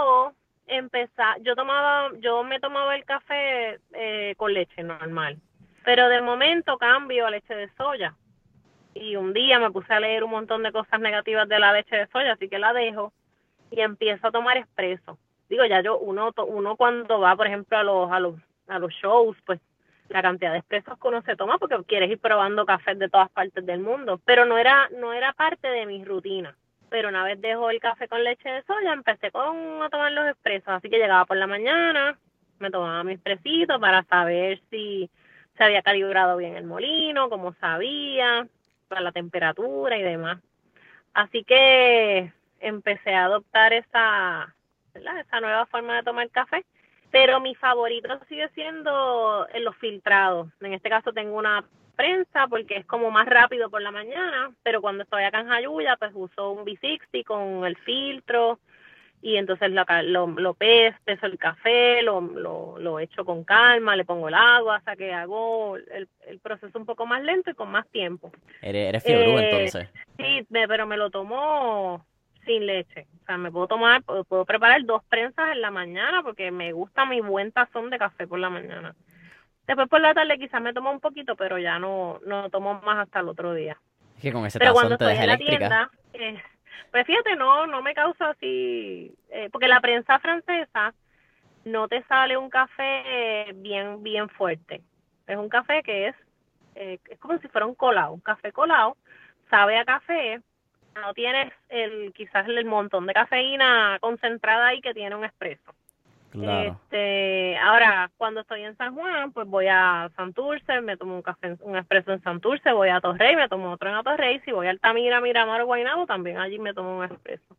yo me tomaba el café con leche normal, pero de momento cambio a leche de soya. Y un día me puse a leer un montón de cosas negativas de la leche de soya, así que la dejo y empiezo a tomar espresso. Digo, ya uno cuando va, por ejemplo, a los shows, pues la cantidad de espressos que uno se toma porque quieres ir probando cafés de todas partes del mundo, pero no era parte de mi rutina. Pero una vez dejo el café con leche de soya, empecé a tomar los expresos, así que llegaba por la mañana, me tomaba mi expresito para saber si se había calibrado bien el molino, cómo sabía, para la temperatura y demás. Así que empecé a adoptar esa, ¿verdad?, esa nueva forma de tomar café, pero mi favorito sigue siendo en los filtrados. En este caso tengo una prensa porque es como más rápido por la mañana, pero cuando estoy acá en Jayuya pues uso un V60 con el filtro y entonces peso el café, lo echo con calma, le pongo el agua, hasta que hago el proceso un poco más lento y con más tiempo. Eres fiebrú entonces. Sí, pero me lo tomo sin leche. O sea, puedo preparar 2 prensas en la mañana porque me gusta mi buen tazón de café por la mañana. Después por la tarde quizás me tomo un poquito, pero ya no tomo más hasta el otro día. Es que con ese Pero cuando tazón te estoy deja en la eléctrica. tienda, pues fíjate, no me causa así, porque la prensa francesa no te sale un café bien, bien fuerte. Es un café que es como si fuera un café colado, sabe a café, no tienes quizás el montón de cafeína concentrada ahí que tiene un espresso. Claro. Ahora, cuando estoy en San Juan, pues voy a Santurce, me tomo un espresso en Santurce, voy a Torrey, me tomo otro en Atorrey, si voy a Altamira, Miramar o Guaynabo, también allí me tomo un espresso.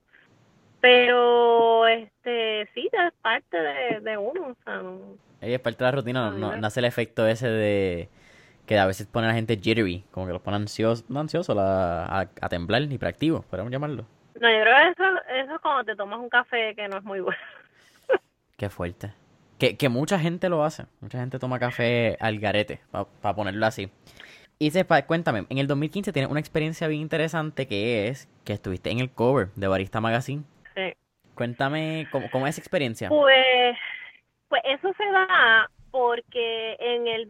Pero, sí, ya es parte de uno, o sea, Es parte de la rutina, a mí no hace el efecto ese de que a veces pone a la gente jittery, como que los pone ansiosos, no ansiosos, a temblar, hiperactivos, podemos llamarlo. No, yo creo que eso es cuando te tomas un café que no es muy bueno. Qué fuerte. Que mucha gente lo hace. Mucha gente toma café al garete, para ponerlo así. Y sepa, cuéntame, en el 2015 tienes una experiencia bien interesante que es que estuviste en el cover de Barista Magazine. Sí. Cuéntame cómo es esa experiencia. Pues, pues eso se da porque en el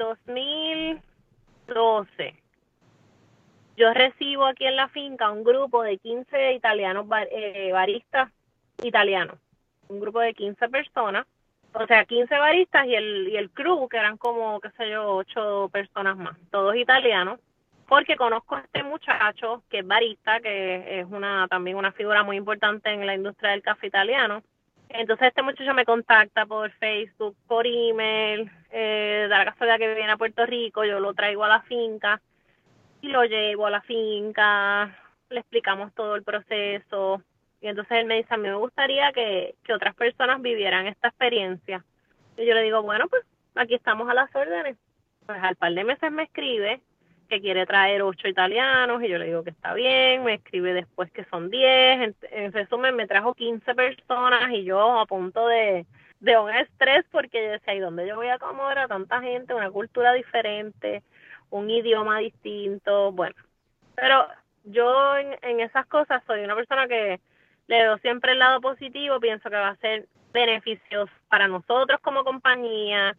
2012 yo recibo aquí en la finca un grupo de 15 italianos, baristas italianos, un grupo de 15 personas, o sea, 15 baristas y el crew, que eran como, qué sé yo, 8 personas más, todos italianos, porque conozco a este muchacho que es barista, que es también una figura muy importante en la industria del café italiano. Entonces este muchacho me contacta por Facebook, por email, da la casualidad que viene a Puerto Rico, yo lo traigo a la finca y lo llevo a la finca, le explicamos todo el proceso y entonces él me dice, a mí me gustaría que otras personas vivieran esta experiencia. Y yo le digo, bueno, pues aquí estamos a las órdenes. Pues al par de meses me escribe que quiere traer 8 italianos y yo le digo que está bien, me escribe después que son 10, en resumen me trajo 15 personas y yo a punto de un estrés porque yo decía, ¿y dónde yo voy a acomodar a tanta gente, una cultura diferente, un idioma distinto? Bueno, pero yo en esas cosas soy una persona que le veo siempre el lado positivo, pienso que va a ser beneficioso para nosotros como compañía,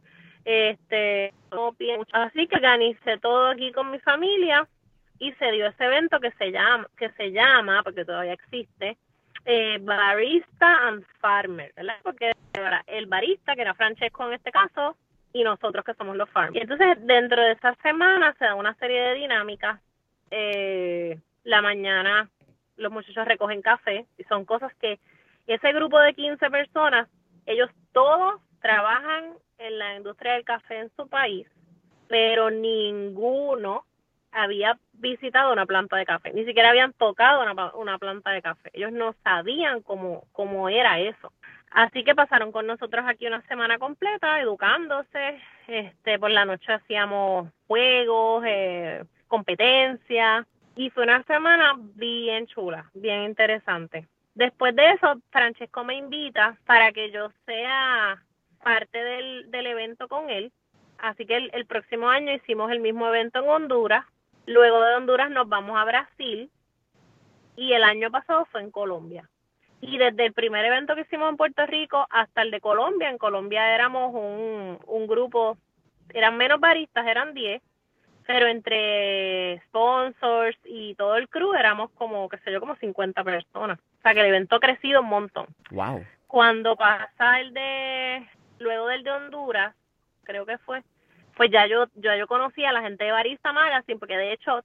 así que organicé todo aquí con mi familia y se dio ese evento que se llama porque todavía existe, Barista and Farmer, ¿verdad? Porque era el barista, que era Francesco en este caso, y nosotros que somos los farmers. Y entonces dentro de esa semana se da una serie de dinámicas. La mañana los muchachos recogen café y son cosas que ese grupo de 15 personas, ellos todos trabajan en la industria del café en su país, pero ninguno había visitado una planta de café, ni siquiera habían tocado una planta de café. Ellos no sabían cómo era eso. Así que pasaron con nosotros aquí una semana completa educándose. Por la noche hacíamos juegos, competencias y fue una semana bien chula, bien interesante. Después de eso, Francesco me invita para que yo sea parte del evento con él. Así que el próximo año hicimos el mismo evento en Honduras. Luego de Honduras nos vamos a Brasil y el año pasado fue en Colombia. Y desde el primer evento que hicimos en Puerto Rico hasta el de Colombia, en Colombia éramos un grupo, eran menos baristas, eran 10, pero entre sponsors y todo el crew éramos como, qué sé yo, como 50 personas. O sea que el evento ha crecido un montón. Wow. Cuando pasa luego del de Honduras, creo que fue, pues ya yo conocí a la gente de Barista Magazine, porque de hecho,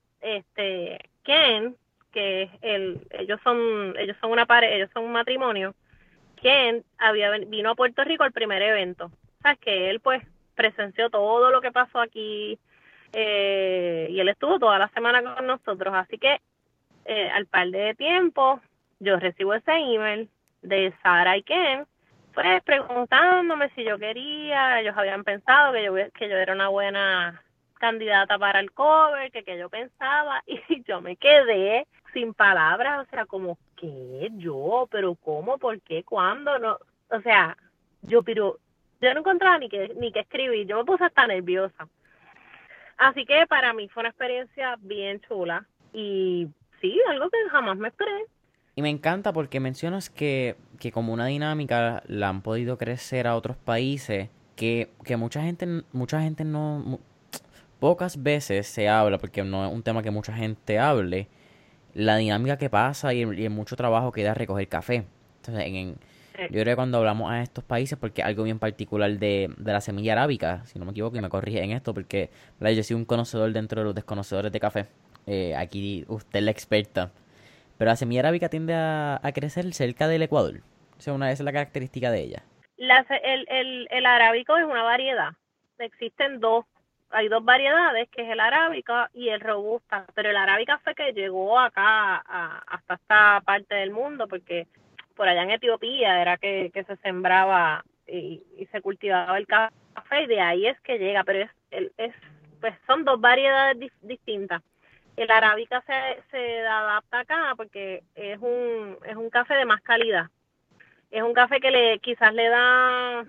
Ken, que es ellos son ellos son un matrimonio. Ken vino a Puerto Rico al primer evento. Sabes que él pues presenció todo lo que pasó aquí, y él estuvo toda la semana con nosotros, así que al par de tiempo yo recibo ese email de Sara y Ken, pues preguntándome si yo quería. Ellos habían pensado que yo era una buena candidata para el cover, que yo pensaba, y yo me quedé sin palabras, o sea, como, ¿qué? ¿Yo? ¿Pero cómo? ¿Por qué? ¿Cuándo? No, o sea, pero yo no encontraba ni qué escribir, yo me puse hasta nerviosa. Así que para mí fue una experiencia bien chula y sí, algo que jamás me esperé. Y me encanta porque mencionas que como una dinámica la han podido crecer a otros países, que mucha gente no, pocas veces se habla, porque no es un tema que mucha gente hable, la dinámica que pasa y el mucho trabajo que da recoger café. Entonces, yo creo que cuando hablamos a estos países, porque es algo bien particular de la semilla arábica, si no me equivoco, y me corrige en esto, porque yo soy un conocedor dentro de los desconocedores de café. Aquí usted es la experta. Pero la semilla arábica tiende a crecer cerca del Ecuador. O sea, esa es la característica de ella. El arábico es una variedad. Existen hay dos variedades, que es el arábica y el robusta. Pero el arábica fue que llegó acá hasta esta parte del mundo, porque por allá en Etiopía era que se sembraba y se cultivaba el café, y de ahí es que llega. Pero pues son dos variedades distintas. El arábica se adapta acá porque es un café de más calidad. Es un café que quizás le da,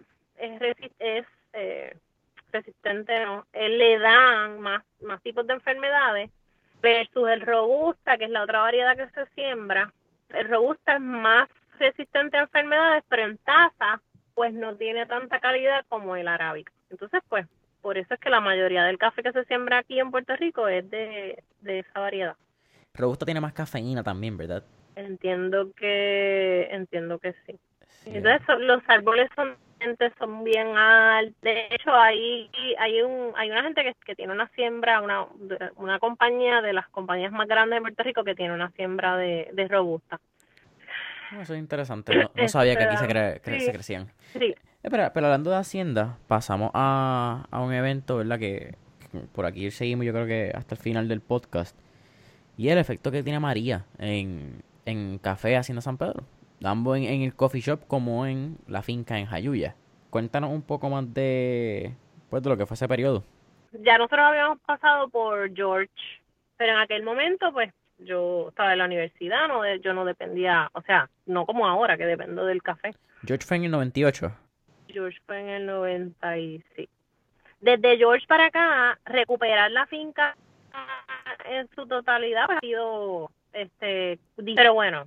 resistente, ¿no? Le dan más tipos de enfermedades, versus el robusta, que es la otra variedad que se siembra. El robusta es más resistente a enfermedades, pero en taza pues no tiene tanta calidad como el arábica. Entonces, pues, por eso es que la mayoría del café que se siembra aquí en Puerto Rico es de esa variedad. Robusta tiene más cafeína también, ¿verdad? Entiendo que sí. Sí. Entonces los árboles son bien altos. De hecho, hay una gente que tiene una siembra, una compañía de las compañías más grandes de Puerto Rico, que tiene una siembra de robusta. Eso es interesante. No sabía que aquí Sí, se crecían. sí. Pero hablando de Hacienda, pasamos a un evento, ¿verdad? Que por aquí seguimos, yo creo que hasta el final del podcast. Y el efecto que tiene María en Café Hacienda San Pedro. Ambos en el coffee shop como en la finca en Jayuya. Cuéntanos un poco más pues, de lo que fue ese periodo. Ya nosotros habíamos pasado por George, pero en aquel momento, pues, yo estaba en la universidad, yo no dependía, o sea, no como ahora, que dependo del café. George fue en el 98. George fue en el 96. Desde George para acá, recuperar la finca en su totalidad ha sido, pero bueno,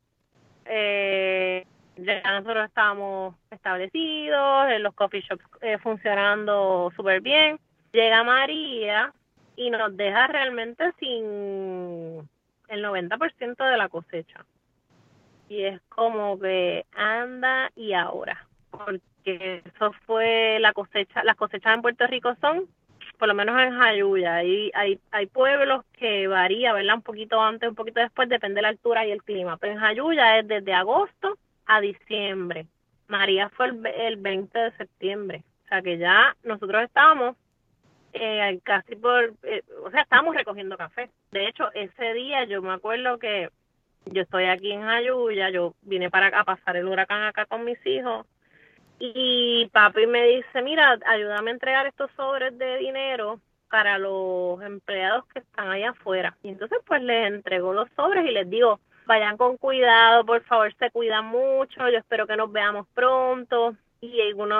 ya nosotros estábamos establecidos, los coffee shops funcionando súper bien. Llega María y nos deja realmente sin el 90% de la cosecha. Y es como que anda y ahora, porque eso fue la cosecha. Las cosechas en Puerto Rico son, por lo menos en Jayuya, hay pueblos que varía, ¿verdad? Un poquito antes, un poquito después, depende de la altura y el clima. Pero en Jayuya es desde agosto a diciembre. María fue el 20 de septiembre. O sea que ya nosotros estábamos casi o sea, estábamos recogiendo café. De hecho, ese día yo me acuerdo que yo estoy aquí en Jayuya, yo vine para acá a pasar el huracán acá con mis hijos, y papi me dice, mira, ayúdame a entregar estos sobres de dinero para los empleados que están allá afuera. Y entonces pues les entrego los sobres y les digo, Vayan con cuidado, por favor, se cuidan mucho, yo espero que nos veamos pronto. Y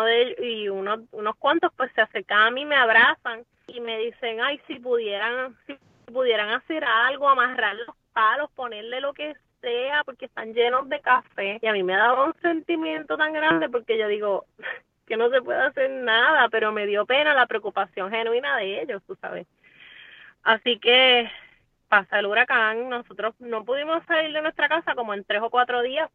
unos cuantos pues se acercan a mí, me abrazan y me dicen, ay, si pudieran hacer algo, amarrar los palos, ponerle lo que sea, porque están llenos de café. Y a mí me daba un sentimiento tan grande porque yo digo que no se puede hacer nada, pero me dio pena la preocupación genuina de ellos, tú sabes. Así que pasa el huracán, nosotros no pudimos salir de nuestra casa como en 3 o 4 días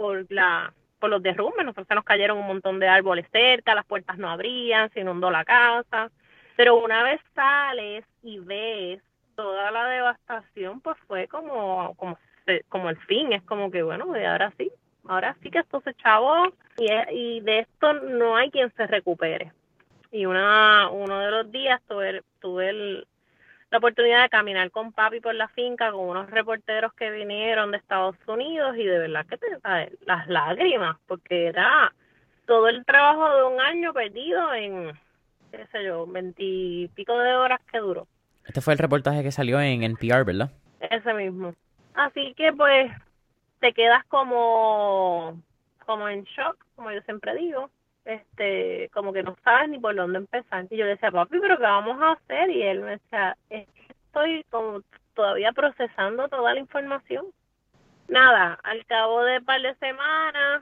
por los derrumbes. Nosotros se nos cayeron un montón de árboles cerca, las puertas no abrían, se inundó la casa. Pero una vez sales y ves toda la devastación, pues fue como el fin. Es como que, bueno, y ahora sí que esto se chavó y de esto no hay quien se recupere. Y uno de los días tuve la oportunidad de caminar con papi por la finca con unos reporteros que vinieron de Estados Unidos y de verdad que las lágrimas, porque era todo el trabajo de un año perdido en, qué sé yo, 20 y pico de horas que duró. Este fue el reportaje que salió en NPR, ¿verdad? Ese mismo. Así que pues te quedas como en shock, como yo siempre digo, como que no sabes ni por dónde empezar. Y yo le decía, papi, ¿pero qué vamos a hacer? Y él me decía, es que estoy como todavía procesando toda la información. Nada, al cabo de un par de semanas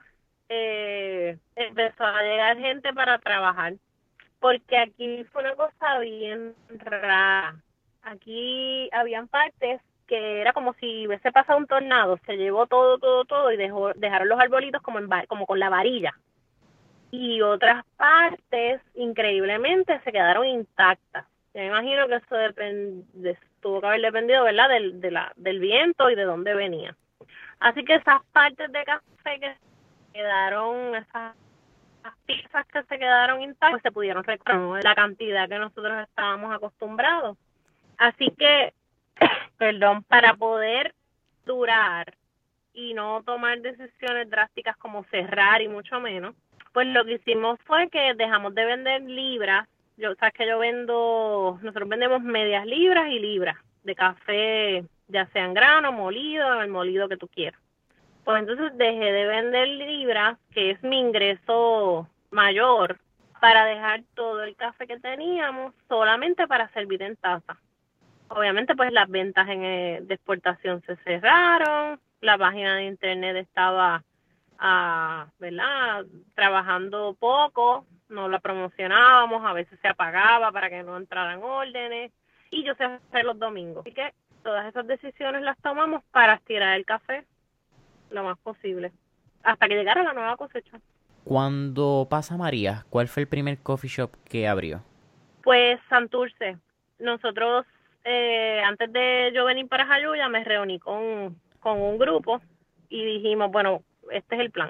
empezó a llegar gente para trabajar, porque aquí fue una cosa bien rara. Aquí habían partes que era como si hubiese pasado un tornado, se llevó todo, todo, todo y dejaron los arbolitos como con la varilla. Y otras partes, increíblemente, se quedaron intactas. Yo me imagino que eso tuvo que haber dependido, ¿verdad?, del viento y de dónde venía. Así que esas partes de café que quedaron, esas piezas que se quedaron intactas, pues se pudieron recuperar, ¿no?, la cantidad que nosotros estábamos acostumbrados. Así que, perdón, para poder durar y no tomar decisiones drásticas como cerrar y mucho menos, pues lo que hicimos fue que dejamos de vender libras. Sabes que nosotros vendemos medias libras y libras de café, ya sea en grano, molido, en el molido que tú quieras. Pues entonces dejé de vender libras, que es mi ingreso mayor, para dejar todo el café que teníamos solamente para servir en taza. Obviamente pues las ventas de exportación se cerraron, la página de internet estaba, ¿verdad?, trabajando poco, no la promocionábamos, a veces se apagaba para que no entraran órdenes y yo sé hacer los domingos. Así que todas esas decisiones las tomamos para estirar el café lo más posible hasta que llegara la nueva cosecha. Cuando pasa María, ¿cuál fue el primer coffee shop que abrió? Pues Santurce. Nosotros, antes de yo venir para Jayuya, me reuní con un grupo y dijimos, bueno, este es el plan.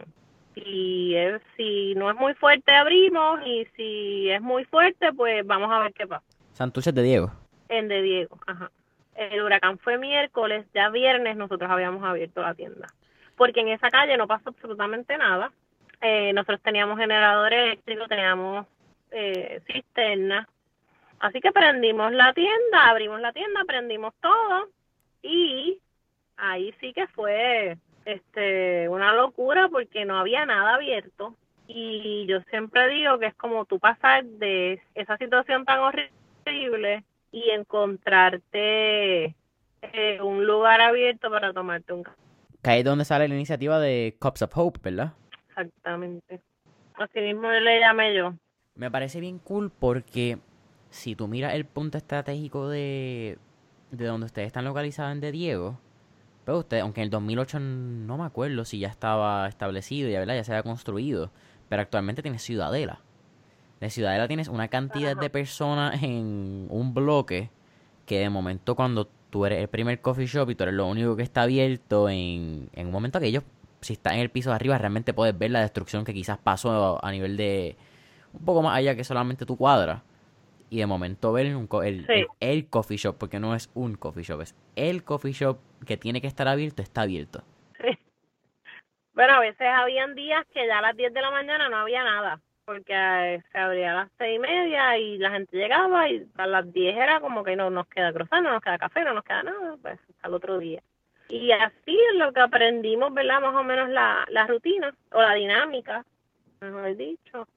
Si no es muy fuerte, abrimos, y si es muy fuerte, pues vamos a ver qué pasa. Santurce de Diego. En De Diego, ajá. El huracán fue miércoles, ya viernes nosotros habíamos abierto la tienda. Porque en esa calle no pasó absolutamente nada. Nosotros teníamos generador eléctrico, teníamos cisterna. Así que prendimos la tienda, abrimos la tienda, prendimos todo y ahí sí que fue una locura porque no había nada abierto. Y yo siempre digo que es como tú pasar de esa situación tan horrible y encontrarte un lugar abierto para tomarte un café. Que ahí es donde sale la iniciativa de Cups of Hope, ¿verdad? Exactamente. Así mismo le llamé yo. Me parece bien cool porque si tú miras el punto estratégico de donde ustedes están localizados en De Diego, pero ustedes, aunque en el 2008 no me acuerdo si ya estaba establecido, ya, ¿verdad?, ya se había construido, pero actualmente tienes Ciudadela. De Ciudadela tienes una cantidad de personas en un bloque que de momento cuando tú eres el primer coffee shop y tú eres lo único que está abierto en un momento que ellos, si estás en el piso de arriba, realmente puedes ver la destrucción que quizás pasó a nivel de un poco más allá que solamente tu cuadra. Y de momento ver el coffee shop, porque no es un coffee shop, es el coffee shop que tiene que estar abierto, está abierto. Sí. Bueno, a veces habían días que ya a las 10 de la mañana no había nada, porque se abría a las 6:30 y la gente llegaba y a las 10 era como que no nos queda croissant, no nos queda café, no nos queda nada, pues hasta el otro día. Y así es lo que aprendimos, ¿verdad? Más o menos la rutina o la dinámica, mejor dicho.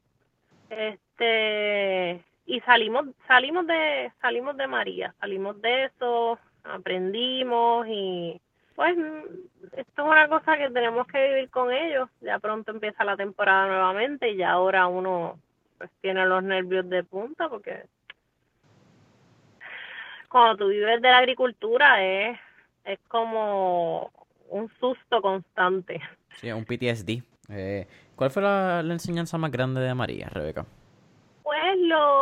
Y salimos de María, salimos de eso, aprendimos y pues esto es una cosa que tenemos que vivir con ellos. Ya pronto empieza la temporada nuevamente y ya ahora uno pues tiene los nervios de punta porque cuando tú vives de la agricultura es como un susto constante. Sí, un PTSD. ¿Cuál fue la enseñanza más grande de María, Rebeca? Pues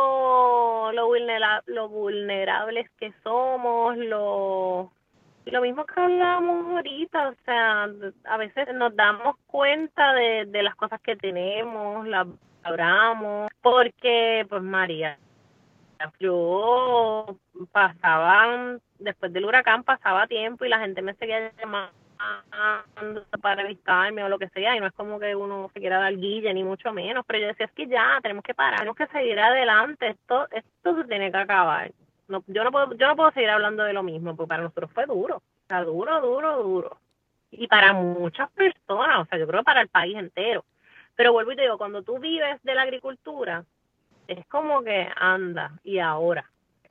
lo vulnerables que somos, lo mismo que hablábamos ahorita, o sea, a veces nos damos cuenta de las cosas que tenemos, las valoramos, porque, pues María, yo después del huracán pasaba tiempo y la gente me seguía llamando para avistarme o lo que sea, y no es como que uno se quiera dar guille ni mucho menos, pero yo decía, es que ya, tenemos que parar, tenemos que seguir adelante, esto se tiene que acabar. No, yo no puedo seguir hablando de lo mismo, porque para nosotros fue duro, o sea, duro, duro, duro. Y para muchas personas, o sea, yo creo que para el país entero. Pero vuelvo y te digo, cuando tú vives de la agricultura, es como que anda, y ahora.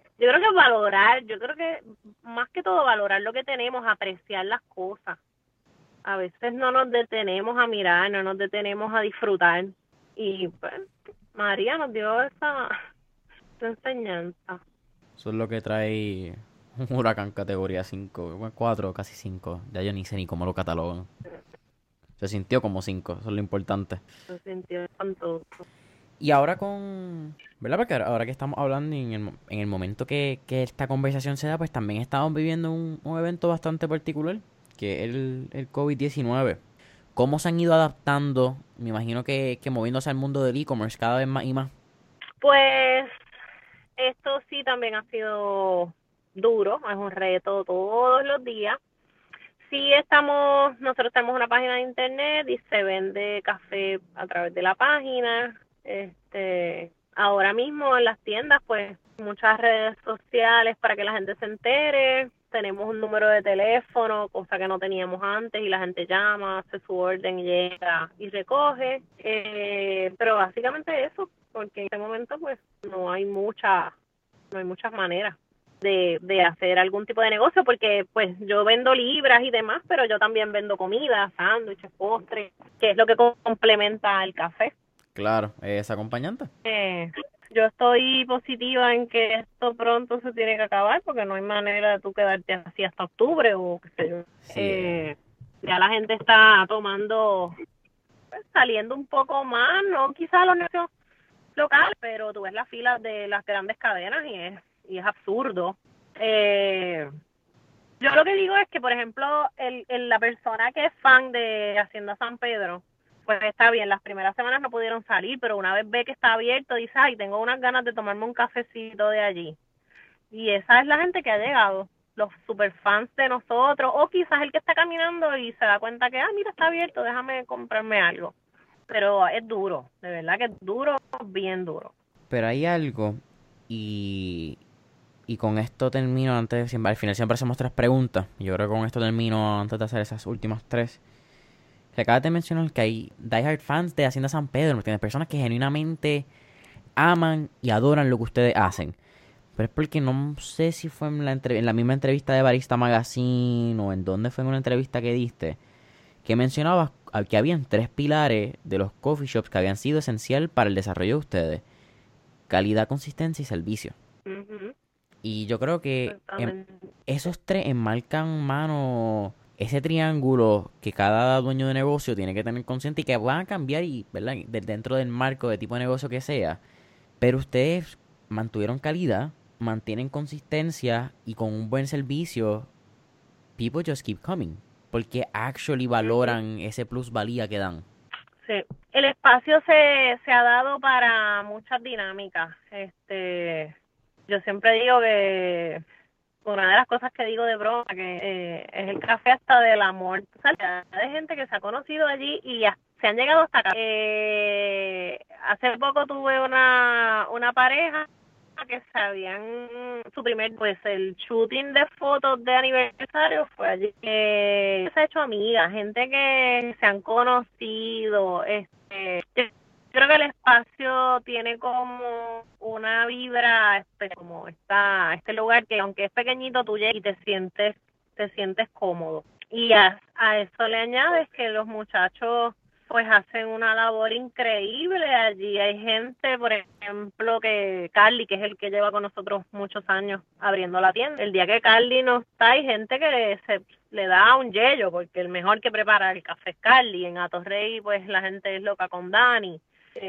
Yo creo que más que todo valorar lo que tenemos, apreciar las cosas. A veces no nos detenemos a mirar, no nos detenemos a disfrutar. Y pues María nos dio esa enseñanza. Eso es lo que trae un huracán categoría 5, bueno, 4, casi 5. Ya yo ni sé ni cómo lo catalogan. Se sintió como 5, eso es lo importante. Se sintió espantoso. Y ahora ¿verdad? Porque ahora que estamos hablando y en el momento que esta conversación se da, pues también estamos viviendo un evento bastante particular, que es el COVID-19. ¿Cómo se han ido adaptando? Me imagino que moviéndose al mundo del e-commerce cada vez más y más. Pues esto sí también ha sido duro, es un reto todos los días. Sí nosotros tenemos una página de internet y se vende café a través de la página. Ahora mismo en las tiendas, pues muchas redes sociales para que la gente se entere. Tenemos un número de teléfono, cosa que no teníamos antes, y la gente llama, hace su orden, llega y recoge. Pero básicamente eso, porque en este momento pues no hay muchas maneras de hacer algún tipo de negocio, porque pues yo vendo libras y demás, pero yo también vendo comida, sándwiches, postres, que es lo que complementa el café. Claro, es acompañante. Yo estoy positiva en que esto pronto se tiene que acabar, porque no hay manera de tú quedarte así hasta octubre o qué sé yo. Sí, Ya la gente está pues, saliendo un poco más, no quizás los negocios locales, pero tú ves las filas de las grandes cadenas y es absurdo. Yo lo que digo es que, por ejemplo, la persona que es fan de Hacienda San Pedro, pues está bien, las primeras semanas no pudieron salir, pero una vez ve que está abierto, dice, ay, tengo unas ganas de tomarme un cafecito de allí. Y esa es la gente que ha llegado, los superfans de nosotros, o quizás el que está caminando y se da cuenta que, mira, está abierto, déjame comprarme algo. Pero es duro, de verdad que es duro, bien duro. pero hay algo y, y con esto termino al final siempre hacemos 3 preguntas. Yo creo que con esto termino antes de hacer esas últimas 3. Que acabas de mencionar que hay diehard fans de Hacienda San Pedro, ¿me entiendes? Personas que genuinamente aman y adoran lo que ustedes hacen. Pero es porque no sé si fue en la misma entrevista de Barista Magazine o en dónde fue en una entrevista que diste, que mencionabas que habían 3 pilares de los coffee shops que habían sido esencial para el desarrollo de ustedes: calidad, consistencia y servicio. Uh-huh. Y yo creo que Exactamente. esos 3 enmarcan, mano, ese triángulo que cada dueño de negocio tiene que tener consciente y que van a cambiar y, ¿verdad? Dentro del marco de tipo de negocio que sea. Pero ustedes mantuvieron calidad, mantienen consistencia y con un buen servicio, people just keep coming. Porque actually valoran ese plusvalía que dan. Sí, el espacio se ha dado para muchas dinámicas. Yo siempre digo que una de las cosas que digo de broma que es el café hasta del amor. O sea, de gente que se ha conocido allí y se han llegado hasta acá. Hace poco tuve una pareja que su primer, pues el shooting de fotos de aniversario fue allí. Se ha hecho amigas, gente que se han conocido. Yo creo que el espacio tiene como una vibra, como este lugar que aunque es pequeñito, tú llegas y te sientes cómodo. Y a eso le añades que los muchachos pues hacen una labor increíble. Allí hay gente, por ejemplo, que Carly, que es el que lleva con nosotros muchos años abriendo la tienda. El día que Carly no está, hay gente que se le da un yello, porque el mejor que prepara el café es Carly. En Atorrey, pues la gente es loca con Dani,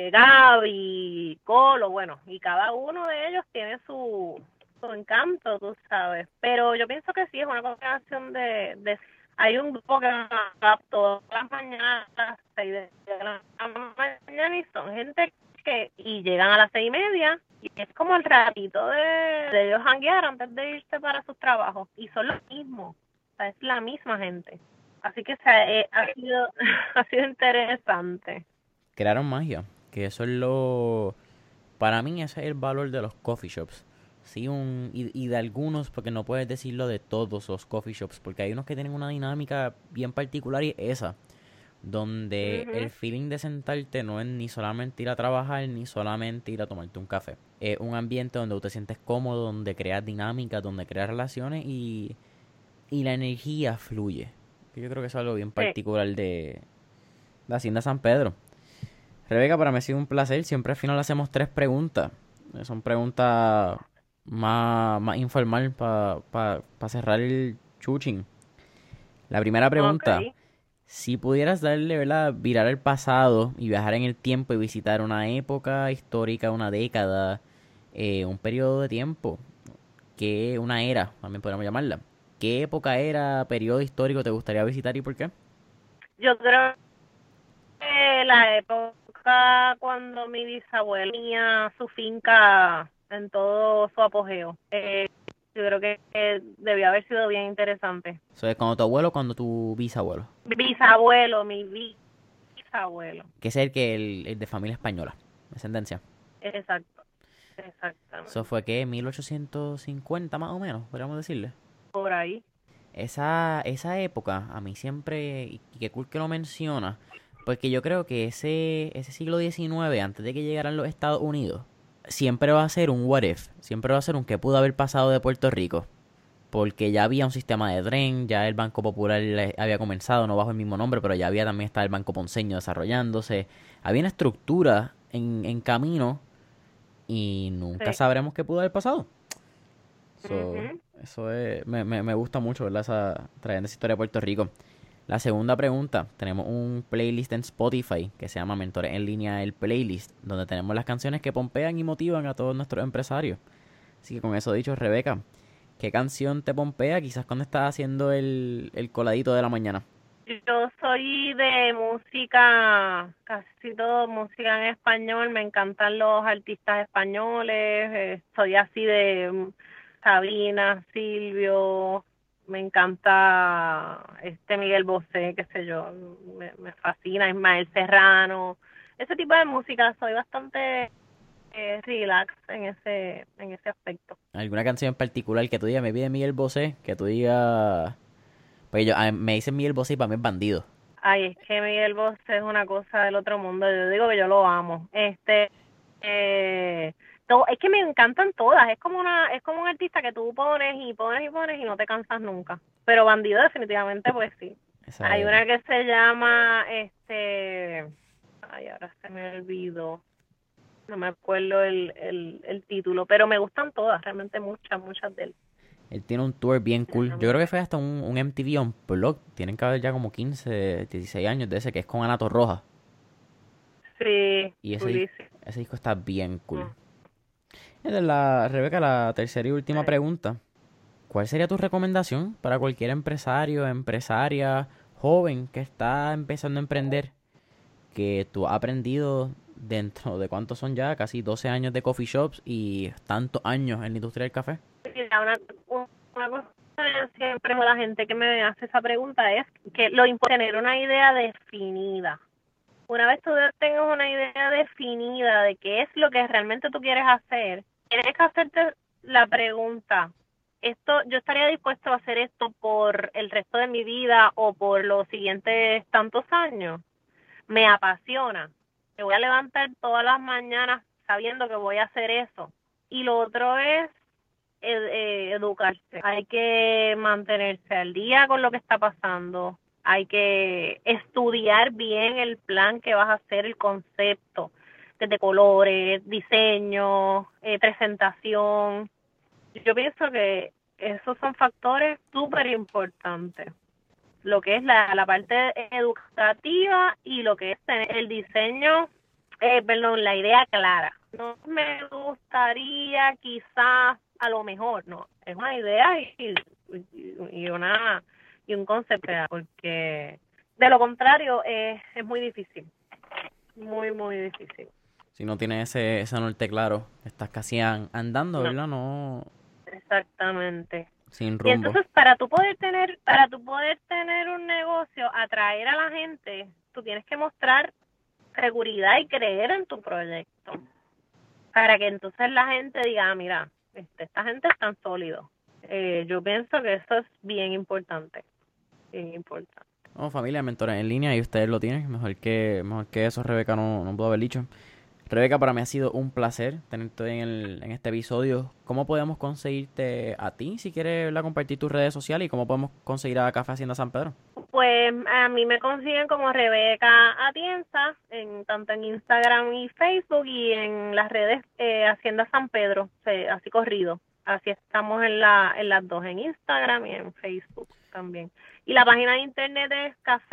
Gaby, Colo, bueno, y cada uno de ellos tiene su encanto, tú sabes. Pero yo pienso que sí, es una combinación de hay un grupo que va todas las mañanas a las 6 de la mañana y son gente y llegan a las 6:30 y es como el ratito de ellos janguear antes de irse para sus trabajos y son los mismos, o sea, es la misma gente. Así que ha sido ha sido interesante. Crearon magia, que eso es para mí ese es el valor de los coffee shops. Sí, y de algunos, porque no puedes decirlo de todos los coffee shops, porque hay unos que tienen una dinámica bien particular y esa, donde el feeling de sentarte no es ni solamente ir a trabajar, ni solamente ir a tomarte un café. Es un ambiente donde tú te sientes cómodo, donde creas dinámicas, donde creas relaciones y la energía fluye. Yo creo que eso es algo bien particular de la Hacienda San Pedro. Rebeca, para mí ha sido un placer. Siempre al final hacemos 3 preguntas. Son preguntas más informal para cerrar el chuching. La primera pregunta. Okay. Si pudieras darle, ¿verdad? Virar el pasado y viajar en el tiempo y visitar una época histórica, una década, un periodo de tiempo, una era, también podríamos llamarla. ¿Qué época, era, periodo histórico te gustaría visitar y por qué? Yo creo que la época cuando mi bisabuelo tenía su finca en todo su apogeo. Yo creo que debió haber sido bien interesante. Eso es cuando tu abuelo o cuando tu bisabuelo. Mi bisabuelo. Que es el de familia española, descendencia. Exacto, Eso exactamente. fue que 1850 más o menos, podríamos decirle. Por ahí. Esa época, a mí siempre, y qué cool que lo menciona, porque yo creo que ese siglo XIX, antes de que llegaran los Estados Unidos, siempre va a ser un what if, siempre va a ser un qué pudo haber pasado de Puerto Rico. Porque ya había un sistema de tren, ya el Banco Popular había comenzado, no bajo el mismo nombre, pero ya había también estaba el Banco Ponceño desarrollándose. Había una estructura en camino y nunca Sí. sabremos qué pudo haber pasado. Uh-huh. Eso me gusta mucho, ¿verdad? Trayendo esa historia de Puerto Rico. La segunda pregunta, tenemos un playlist en Spotify que se llama Mentores en Línea, el playlist, donde tenemos las canciones que pompean y motivan a todos nuestros empresarios. Así que con eso dicho, Rebeca, ¿qué canción te pompea quizás cuando estás haciendo el coladito de la mañana? Yo soy de música, casi todo música en español, me encantan los artistas españoles, soy así de Sabina, Silvio, me encanta Miguel Bosé, qué sé yo, me fascina Ismael Serrano, ese tipo de música, soy bastante relax en ese aspecto. ¿Alguna canción en particular que tú digas, me pide Miguel Bosé, que tú digas... Pues me dicen Miguel Bosé y para mí es bandido. Ay, es que Miguel Bosé es una cosa del otro mundo. Yo digo que yo lo amo. Es que me encantan todas. Es como un artista que tú pones y pones y pones y no te cansas nunca. Pero Bandido definitivamente pues sí. Esa Hay es... una que se llama ay, ahora se me olvidó. No me acuerdo el título, pero me gustan todas, realmente muchas de él. Él tiene un tour bien cool. Yo creo que fue hasta un MTV Unplugged. Tienen que haber ya como 15, 16 años de ese que es con Anato Roja. Sí, Y chulísimo. ese disco está bien cool. Esta es Rebeca, la tercera y última Sí. pregunta. ¿Cuál sería tu recomendación para cualquier empresario, empresaria, joven que está empezando a emprender? Que tú has aprendido dentro de cuántos son ya, casi 12 años de coffee shops y tantos años en la industria del café. Mira, una cosa que siempre con la gente que me hace esa pregunta es que lo importante es tener una idea definida. Una vez tú tengas una idea definida de qué es lo que realmente tú quieres hacer, tienes que hacerte la pregunta, yo estaría dispuesto a hacer esto por el resto de mi vida o por los siguientes tantos años. Me apasiona. Me voy a levantar todas las mañanas sabiendo que voy a hacer eso. Y lo otro es educarse. Hay que mantenerse al día con lo que está pasando. Hay que estudiar bien el plan que vas a hacer, el concepto, desde colores, diseño, presentación. Yo pienso que esos son factores súper importantes. Lo que es la parte educativa y lo que es tener el diseño, perdón, la idea clara. No me gustaría quizás, a lo mejor, no, es una idea y un concepto, porque de lo contrario es muy difícil, muy difícil. Si no tienes ese norte claro, estás casi andando, No, ¿verdad? No, exactamente. sin Y rumbo. entonces para tú poder tener un negocio, atraer a la gente, tú tienes que mostrar seguridad y creer en tu proyecto, para que entonces la gente diga, mira, esta gente es tan sólido. Yo pienso que eso es bien importante, bien importante. Oh, familia, mentores en línea y ustedes lo tienen. Mejor que eso, Rebeca no pudo haber dicho. Rebeca, para mí ha sido un placer tenerte en este episodio. ¿Cómo podemos conseguirte a ti, si quieres, ¿verdad?, compartir tus redes sociales, y cómo podemos conseguir a Café Hacienda San Pedro? Pues a mí me consiguen como Rebeca Atienza, tanto en Instagram y Facebook, y en las redes Hacienda San Pedro, así corrido. Así estamos en las dos, en Instagram y en Facebook también. Y la página de internet es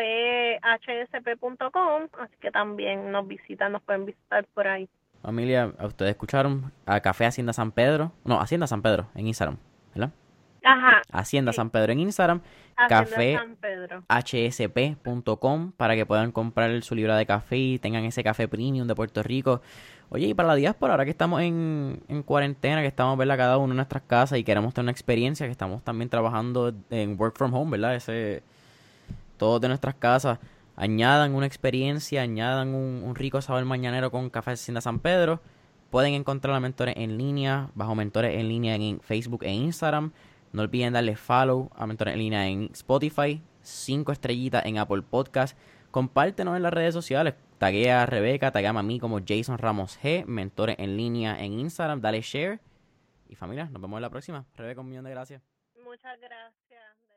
cafehsp.com, así que también nos pueden visitar por ahí. Familia, ustedes escucharon a Café Hacienda San Pedro. No, Hacienda San Pedro en Instagram, ¿verdad? Ajá, Hacienda sí, San Pedro en Instagram. Hacienda Café San Pedro. hsp.com para que puedan comprar su libra de café y tengan ese café premium de Puerto Rico. Oye, y para la diáspora, ahora que estamos en cuarentena, que estamos, ¿verdad?, cada uno en nuestras casas y queremos tener una experiencia, que estamos también trabajando en work from home, ¿verdad? Todos de nuestras casas, añadan una experiencia, añadan un rico sabor mañanero con Café Hacienda San Pedro. Pueden encontrar a Mentores en línea, bajo Mentores en línea en Facebook e Instagram. No olviden darle follow a Mentores en línea en Spotify, 5 estrellitas en Apple Podcast. Compártenos en las redes sociales. Taguea a Rebeca, tagueame a mí como Jason Ramos G, Mentores en línea en Instagram. Dale share. Y familia, nos vemos en la próxima. Rebeca, un millón de gracias. Muchas gracias.